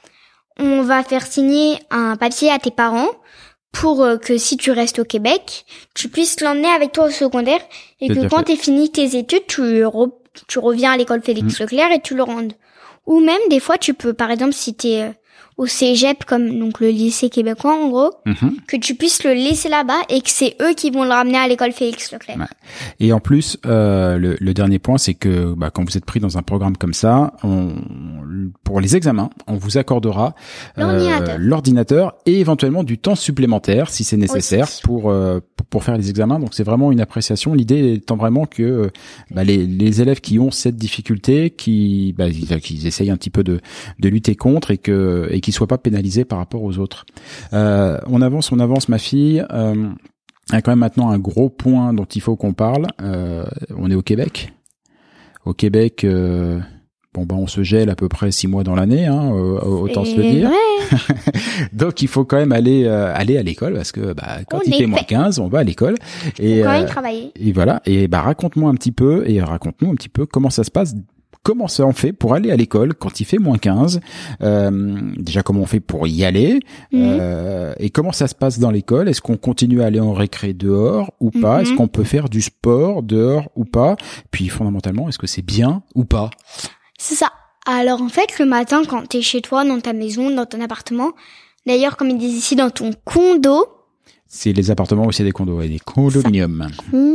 on va faire signer un papier à tes parents pour euh, que si tu restes au Québec, tu puisses l'emmener avec toi au secondaire et que quand t'aies fini tes études, tu, re- tu reviens à l'école Félix mmh. Leclerc et tu le rendes. Ou même des fois, tu peux, par exemple, si t'es euh, au cégep, comme donc le lycée québécois en gros, mmh. que tu puisses le laisser là-bas et que c'est eux qui vont le ramener à l'école Félix Leclerc. Ouais. Et en plus, euh, le, le dernier point, c'est que bah, quand vous êtes pris dans un programme comme ça, on, pour les examens, on vous accordera l'ordinateur. Euh, l'ordinateur et éventuellement du temps supplémentaire si c'est nécessaire pour, euh, pour pour faire les examens. Donc c'est vraiment une appréciation. L'idée étant vraiment que bah, les, les élèves qui ont cette difficulté, qui bah, qu'ils essayent un petit peu de, de lutter contre et que et qu'ils soient pas pénalisés par rapport aux autres. Euh, on avance, on avance, ma fille. Euh, il y a quand même maintenant un gros point dont il faut qu'on parle. Euh, on est au Québec. Au Québec, euh, bon ben on se gèle à peu près six mois dans l'année, hein, autant et se le dire. Ouais. Donc il faut quand même aller euh, aller à l'école parce que bah quand on il fait moins quinze, on va à l'école. Et faut quand même euh, travailler. Et voilà. Et bah raconte-moi un petit peu et raconte-nous un petit peu comment ça se passe. Comment ça on fait pour aller à l'école quand il fait moins quinze? Euh, déjà, comment on fait pour y aller? Mmh. Euh, et comment ça se passe dans l'école? Est-ce qu'on continue à aller en récré dehors ou pas? Mmh. Est-ce qu'on peut faire du sport dehors ou pas? Puis, fondamentalement, est-ce que c'est bien ou pas? C'est ça. Alors, en fait, le matin, quand t'es chez toi, dans ta maison, dans ton appartement, d'ailleurs, comme ils disent ici, dans ton condo. C'est les appartements ou c'est des condos? Et des condominiums.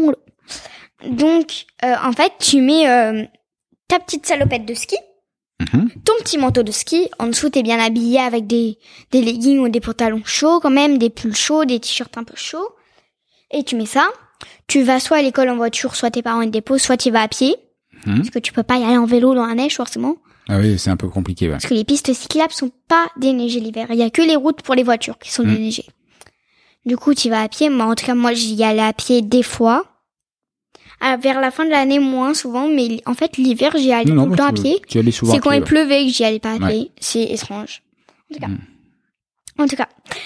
Donc, euh, en fait, tu mets... Euh, ta petite salopette de ski, mmh. ton petit manteau de ski, en dessous t'es bien habillé avec des, des leggings ou des pantalons chauds quand même, des pulls chauds, des t-shirts un peu chauds, et tu mets ça, tu vas soit à l'école en voiture, soit tes parents te déposent, soit tu vas à pied, mmh. parce que tu peux pas y aller en vélo dans la neige forcément. Ah oui, c'est un peu compliqué, ouais. Parce que les pistes cyclables sont pas déneigées l'hiver, il y a que les routes pour les voitures qui sont mmh. déneigées. Du coup, tu vas à pied, moi en tout cas moi j'y allais à pied des fois. À, vers la fin de l'année, moins souvent, mais en fait, l'hiver, j'y allais non, tout non, le temps à pied. Tu allais souvent C'est quand pied, il ouais. pleuvait que j'y allais pas à pied. Ouais. C'est étrange. En tout cas. Mm. En tout cas.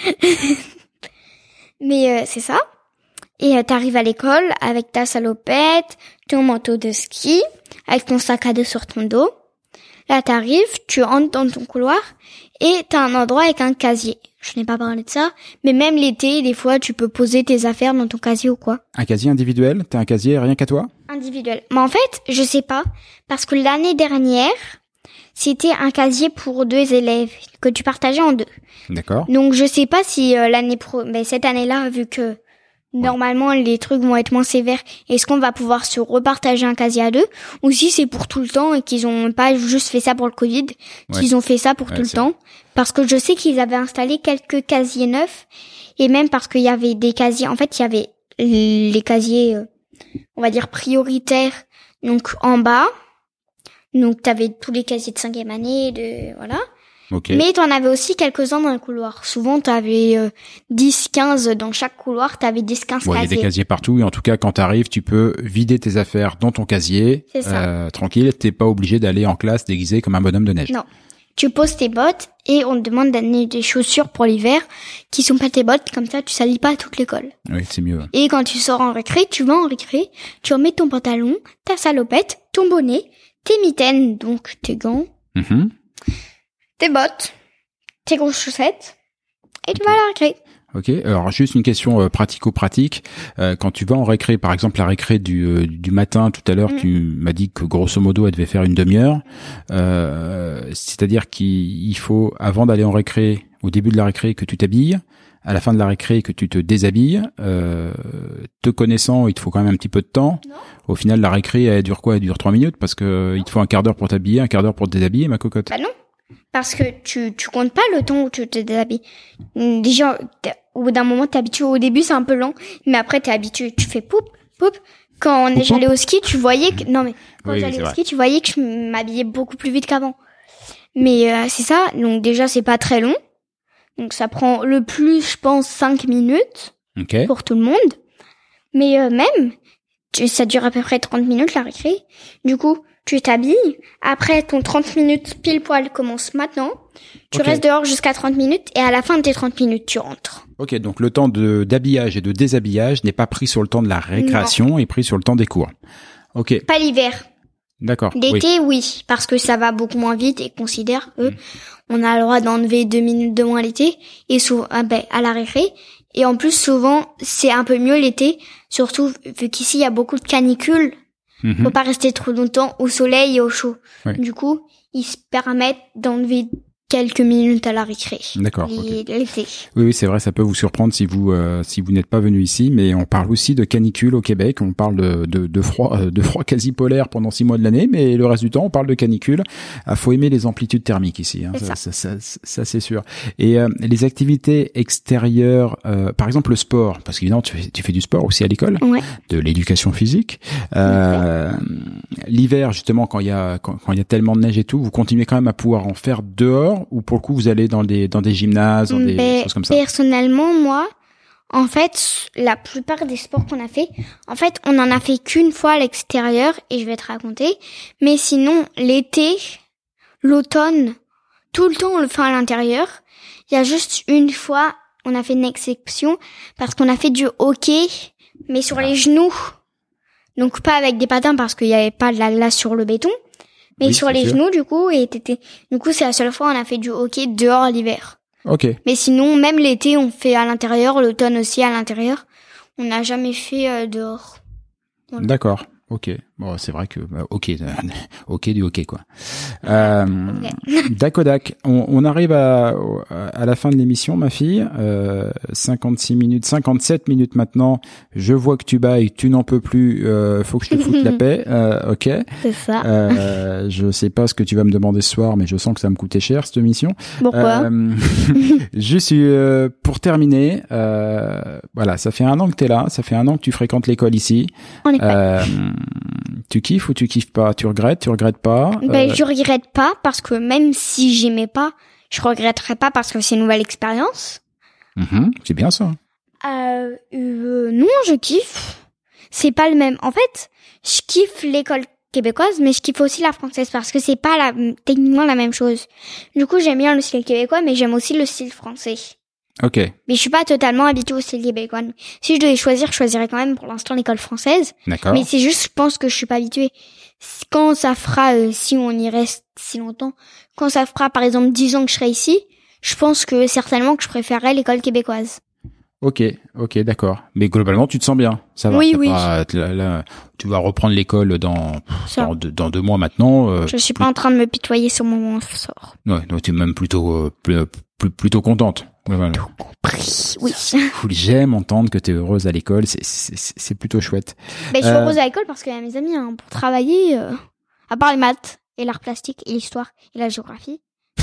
Mais euh, c'est ça. Et euh, t'arrives à l'école avec ta salopette, ton manteau de ski, avec ton sac à dos sur ton dos. Là, t'arrives, tu entres dans ton couloir et t'as un endroit avec un casier. Je n'ai pas parlé de ça, mais même l'été, des fois, tu peux poser tes affaires dans ton casier ou quoi. Un casier individuel? T'as un casier rien qu'à toi? Individuel. Mais en fait, je sais pas, parce que l'année dernière, c'était un casier pour deux élèves que tu partageais en deux. D'accord. Donc je sais pas si euh, l'année pro, mais cette année-là, vu que normalement les trucs vont être moins sévères, est-ce qu'on va pouvoir se repartager un casier à deux, ou si c'est pour tout le temps et qu'ils ont pas juste fait ça pour le Covid, ouais. qu'ils ont fait ça pour ouais, tout le temps. Parce que je sais qu'ils avaient installé quelques casiers neufs, et même parce qu'il y avait des casiers, en fait il y avait les casiers, euh, on va dire prioritaires, donc en bas, donc t'avais tous les casiers de cinquième année, de voilà. Okay. Mais t'en avais aussi quelques-uns dans le couloir. Souvent, t'avais euh, dix, quinze dans chaque couloir, t'avais dix, quinze ouais, casiers. Il y a des casiers partout, et en tout cas, quand t'arrives, tu peux vider tes affaires dans ton casier. C'est ça. Euh, tranquille, t'es pas obligé d'aller en classe déguisé comme un bonhomme de neige. Non. tu poses tes bottes et on te demande d'amener des chaussures pour l'hiver qui sont pas tes bottes, comme ça tu salis pas toute l'école. Oui, c'est mieux. Et quand tu sors en récré, tu vas en récré, tu remets ton pantalon, ta salopette, ton bonnet, tes mitaines, donc tes gants, Mm-hmm. tes bottes, tes grosses chaussettes, et tu vas à la récré. Ok. Alors juste une question euh, pratico-pratique. Euh, quand tu vas en récré, par exemple la récré du euh, du matin, tout à l'heure, Mhm. tu m'as dit que grosso modo elle devait faire une demi-heure. Euh, c'est-à-dire qu'il il faut, avant d'aller en récré, au début de la récré, que tu t'habilles, à la fin de la récré, que tu te déshabilles. Euh, te connaissant, il te faut quand même un petit peu de temps. Non. Au final, la récré, elle dure quoi? Elle dure trois minutes parce que euh, il te faut un quart d'heure pour t'habiller, un quart d'heure pour te déshabiller, ma cocotte. Bah non, parce que tu tu comptes pas le temps où tu te déshabilles. Hum, Déjà, t'es- au bout d'un moment, t'es habitué. Au début, c'est un peu lent, mais après, t'es habitué. Tu fais poup, poup. Quand on est Poup, j'allais au ski, tu voyais que non mais quand Oui, oui, j'allais c'est au vrai. ski, tu voyais que je m'habillais beaucoup plus vite qu'avant. Mais euh, c'est ça. Donc déjà, c'est pas très long. Donc ça prend le plus, je pense, cinq minutes Ok. pour tout le monde. Mais euh, même, tu- ça dure à peu près trente minutes la récré. Du coup, tu t'habilles. Après, ton trente minutes pile poil commence maintenant. Tu Ok. restes dehors jusqu'à trente minutes et à la fin de tes trente minutes, tu rentres. Ok, donc le temps de d'habillage et de déshabillage n'est pas pris sur le temps de la récréation, est pris sur le temps des cours. Ok, Pas l'hiver. d'accord. Oui. L'été, oui. parce que ça va beaucoup moins vite et considère eux, Mm. on a le droit d'enlever deux minutes de moins l'été et souvent, ah ben, à la récré. Et en plus, souvent, c'est un peu mieux l'été, surtout vu qu'ici, il y a beaucoup de canicules. Mhm. Faut pas rester trop longtemps au soleil et au chaud. Ouais. Du coup, ils se permettent d'enlever quelques minutes à la récré. D'accord, Et l'été. Oui, oui, c'est vrai, ça peut vous surprendre si vous euh, si vous n'êtes pas venu ici, mais on parle aussi de canicule au Québec. On parle de de, de froid euh, de froid quasi polaire pendant six mois de l'année, mais le reste du temps, on parle de canicule. Ah, faut aimer les amplitudes thermiques ici, hein, C'est ça, ça. ça, ça, ça, c'est sûr. Et euh, les activités extérieures, euh, par exemple le sport, parce qu'évidemment tu fais, tu fais du sport aussi à l'école, Ouais. de l'éducation physique. Euh, L'hiver, justement, quand il y a quand, quand il y a tellement de neige et tout, vous continuez quand même à pouvoir en faire dehors, ou pour le coup vous allez dans des dans des gymnases, dans des Ben, choses comme ça. personnellement, moi, en fait, la plupart des sports qu'on a fait, en fait, on en a fait qu'une fois à l'extérieur et je vais te raconter. Mais sinon, l'été, l'automne, tout le temps on le fait à l'intérieur. Il y a juste une fois, on a fait une exception parce qu'on a fait du hockey, mais sur les genoux. Donc pas avec des patins parce qu'il y avait pas de la glace sur le béton, mais Oui, sur c'est les sûr. genoux du coup. Et t'étais, du coup, c'est la seule fois où on a fait du hockey dehors l'hiver. Ok. Mais sinon, même l'été, on fait à l'intérieur, l'automne aussi à l'intérieur. On n'a jamais fait euh, dehors. Voilà. D'accord. Ok. Bon, c'est vrai que bah, ok, euh, ok du hockey quoi. Euh, Dakodak, on, on arrive à à la fin de l'émission, ma fille. Euh, cinquante-six minutes, cinquante-sept minutes maintenant. Je vois que tu bailles, tu n'en peux plus. Euh, faut que je te foute la paix. Euh, ok. C'est ça. Euh, je sais pas ce que tu vas me demander ce soir, mais je sens que ça va me coûter cher cette émission. Pourquoi Euh, Juste euh, pour terminer, euh, voilà, ça fait un an que t'es là, ça fait un an que tu fréquentes l'école ici. On est prêt. Euh, tu kiffes ou tu kiffes pas? Tu regrettes? Tu regrettes pas? Ben, Euh, je regrette pas parce que même si j'aimais pas, je regretterais pas parce que c'est une nouvelle expérience. mhm, c'est bien ça. Euh, euh, non, je kiffe. C'est pas le même. En fait, je kiffe l'école québécoise, mais je kiffe aussi la française parce que c'est pas la, techniquement la même chose. Du coup, j'aime bien le style québécois, mais j'aime aussi le style français. Ok. Mais je suis pas totalement habituée au style québécois. Si je devais choisir, je choisirais quand même pour l'instant l'école française. D'accord. Mais c'est juste, je pense que je suis pas habituée. Quand ça fera, euh, si on y reste si longtemps, quand ça fera par exemple dix ans que je serai ici, je pense que certainement que je préférerais l'école québécoise. Ok, ok, d'accord. Mais globalement, tu te sens bien. Ça va. Oui, t'as oui. pas- là, là, tu vas reprendre l'école dans Ça. dans deux, dans deux mois maintenant. Euh, Je suis pas en train de me pitoyer sur mon sort. Ouais, donc tu es même plutôt euh, plus- plus- plutôt contente. Ouais, voilà. Compris. Oui. Cool, j'aime entendre que tu es heureuse à l'école, c'est c'est c'est plutôt chouette. Ben, je suis Euh, heureuse à l'école parce qu'il y a mes amis, hein, pour travailler, euh, à part les maths et l'art plastique et l'histoire et la géographie.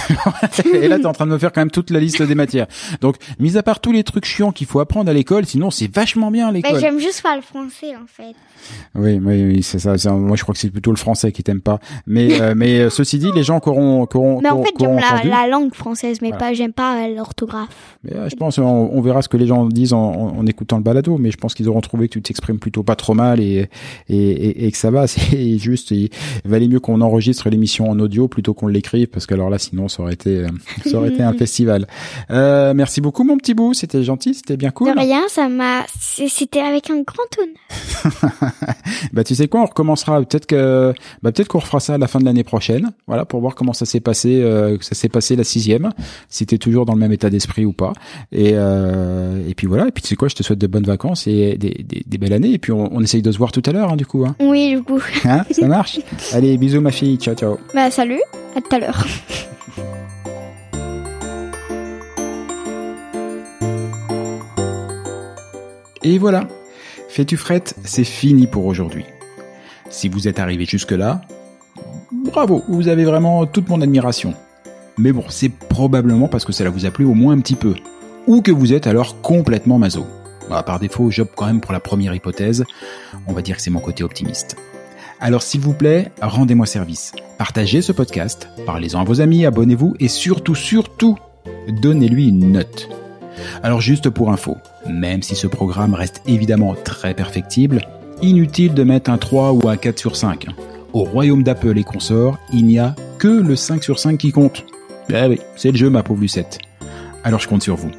Et là, t'es en train de me faire quand même toute la liste des matières. Donc, mis à part tous les trucs chiants qu'il faut apprendre à l'école, sinon c'est vachement bien à l'école. Ben, j'aime juste pas le français, en fait. Oui, oui, oui, c'est ça. c'est- Moi, je crois que c'est plutôt le français qui t'aime pas. Mais, euh, mais euh, ceci dit, les gens qui auront, qui auront, Mais qui en auront- fait, qui auront j'aime la, entendu- la langue française, mais Voilà. pas, j'aime pas euh, l'orthographe. Mais, euh, je pense, on, on verra ce que les gens disent en, en, en écoutant le balado, mais je pense qu'ils auront trouvé que tu t'exprimes plutôt pas trop mal et, et, et, et que ça va. C'est juste, il valait mieux qu'on enregistre l'émission en audio plutôt qu'on l'écrive, parce que alors là, sinon, ça aurait été, ça aurait été un festival. Euh, merci beaucoup, mon petit bout. C'était gentil, c'était bien cool. De rien, ça m'a, c'était avec un grand honneur. Bah, tu sais quoi, on recommencera. Peut-être que, bah, peut-être qu'on refera ça à la fin de l'année prochaine. Voilà, pour voir comment ça s'est passé, euh, ça s'est passé la sixième. Si t'es toujours dans le même état d'esprit ou pas. Et, euh, et puis voilà. Et puis tu sais quoi, je te souhaite de bonnes vacances et des, des, des belles années. Et puis on, on essaye de se voir tout à l'heure, hein, du coup. Hein. Oui, du coup. Hein, ça marche. Allez, bisous, ma fille. Ciao, ciao. Bah, salut. À tout à l'heure. Et voilà. Fais-tu frette, c'est fini pour aujourd'hui. Si vous êtes arrivé jusque-là, bravo, vous avez vraiment toute mon admiration. Mais bon, c'est probablement parce que cela vous a plu au moins un petit peu. Ou que vous êtes alors complètement maso. Bah, par défaut, j'opte quand même pour la première hypothèse. On va dire que c'est mon côté optimiste. Alors s'il vous plaît, rendez-moi service. Partagez ce podcast, parlez-en à vos amis, abonnez-vous et surtout, surtout, donnez-lui une note. Alors juste pour info, même si ce programme reste évidemment très perfectible, inutile de mettre un trois ou un quatre sur cinq. Au royaume d'Apple et consorts, il n'y a que le cinq sur cinq qui compte. Eh oui, c'est le jeu, ma pauvre Lucette. Alors je compte sur vous.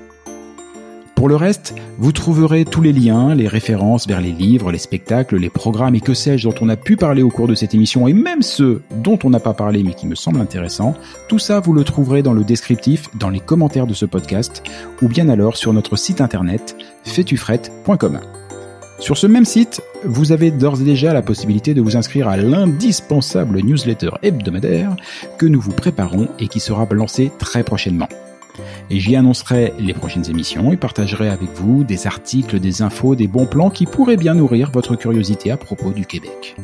Pour le reste, vous trouverez tous les liens, les références vers les livres, les spectacles, les programmes et que sais-je dont on a pu parler au cours de cette émission et même ceux dont on n'a pas parlé mais qui me semblent intéressants. Tout ça, vous le trouverez dans le descriptif, dans les commentaires de ce podcast ou bien alors sur notre site internet fais-tu frette point com. Sur ce même site, vous avez d'ores et déjà la possibilité de vous inscrire à l'indispensable newsletter hebdomadaire que nous vous préparons et qui sera lancé très prochainement. Et j'y annoncerai les prochaines émissions et partagerai avec vous des articles, des infos, des bons plans qui pourraient bien nourrir votre curiosité à propos du Québec.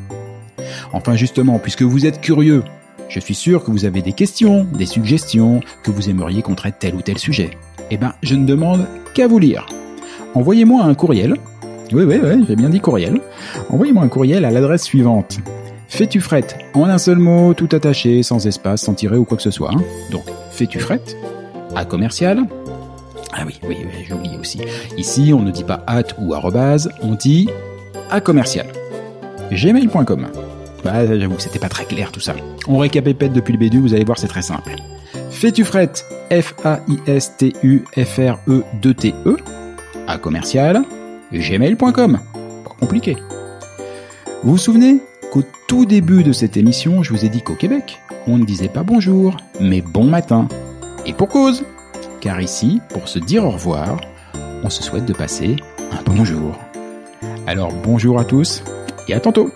Enfin justement, puisque vous êtes curieux, je suis sûr que vous avez des questions, des suggestions, que vous aimeriez qu'on traite tel ou tel sujet. Eh ben, je ne demande qu'à vous lire. Envoyez-moi un courriel. Oui, oui, oui, j'ai bien dit courriel. Envoyez-moi un courriel à l'adresse suivante. Fais-tu frette, en un seul mot, tout attaché, sans espace, sans tiret ou quoi que ce soit. Hein. Donc, fais-tu frette à commercial. Ah oui, oui, oui, j'ai oublié aussi. Ici, on ne dit pas at ou arrobase, on dit à commercial. gmail point com. Bah, j'avoue, c'était pas très clair tout ça. On récapépète depuis le début, vous allez voir, c'est très simple. Fais-tu frette, F A I S T U F R E deux T E, à commercial, gmail point com. Pas compliqué. Vous vous souvenez qu'au tout début de cette émission, je vous ai dit qu'au Québec, on ne disait pas bonjour, mais bon matin. Et pour cause, car ici, pour se dire au revoir, on se souhaite de passer un bonjour. Alors bonjour à tous et à tantôt.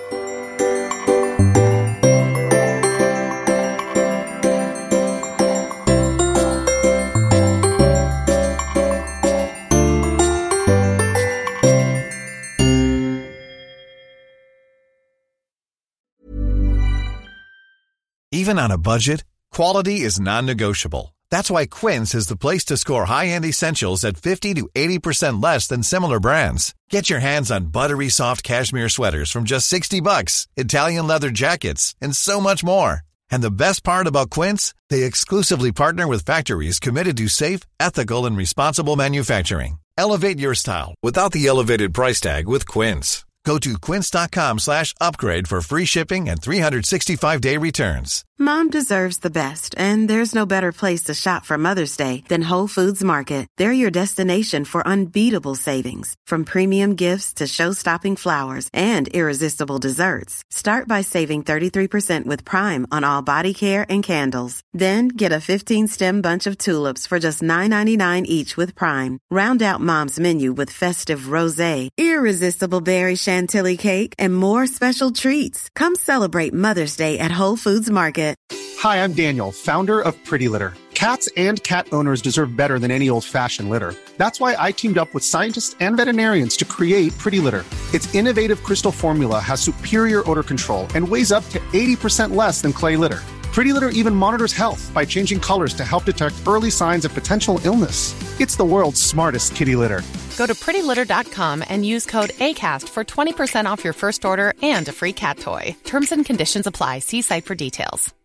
Even on a budget, quality is non-negotiable. That's why Quince is the place to score high-end essentials at fifty to eighty percent less than similar brands. Get your hands on buttery soft cashmere sweaters from just sixty bucks, Italian leather jackets, and so much more. And the best part about Quince, they exclusively partner with factories committed to safe, ethical, and responsible manufacturing. Elevate your style without the elevated price tag with Quince. Go to quince.com slash upgrade for free shipping and three sixty-five day returns. Mom deserves the best, and there's no better place to shop for Mother's Day than Whole Foods Market. They're your destination for unbeatable savings, from premium gifts to show-stopping flowers and irresistible desserts. Start by saving thirty-three percent with Prime on all body care and candles. Then get a fifteen-stem bunch of tulips for just nine ninety-nine each with Prime. Round out Mom's menu with festive rosé, irresistible berry chantilly cake, and more special treats. Come celebrate Mother's Day at Whole Foods Market. Hi, I'm Daniel, founder of Pretty Litter. Cats and cat owners deserve better than any old-fashioned litter. That's why I teamed up with scientists and veterinarians to create Pretty Litter. Its innovative crystal formula has superior odor control and weighs up to eighty percent less than clay litter. Pretty Litter even monitors health by changing colors to help detect early signs of potential illness. It's the world's smartest kitty litter. Go to pretty litter dot com and use code ACAST for twenty percent off your first order and a free cat toy. Terms and conditions apply. See site for details.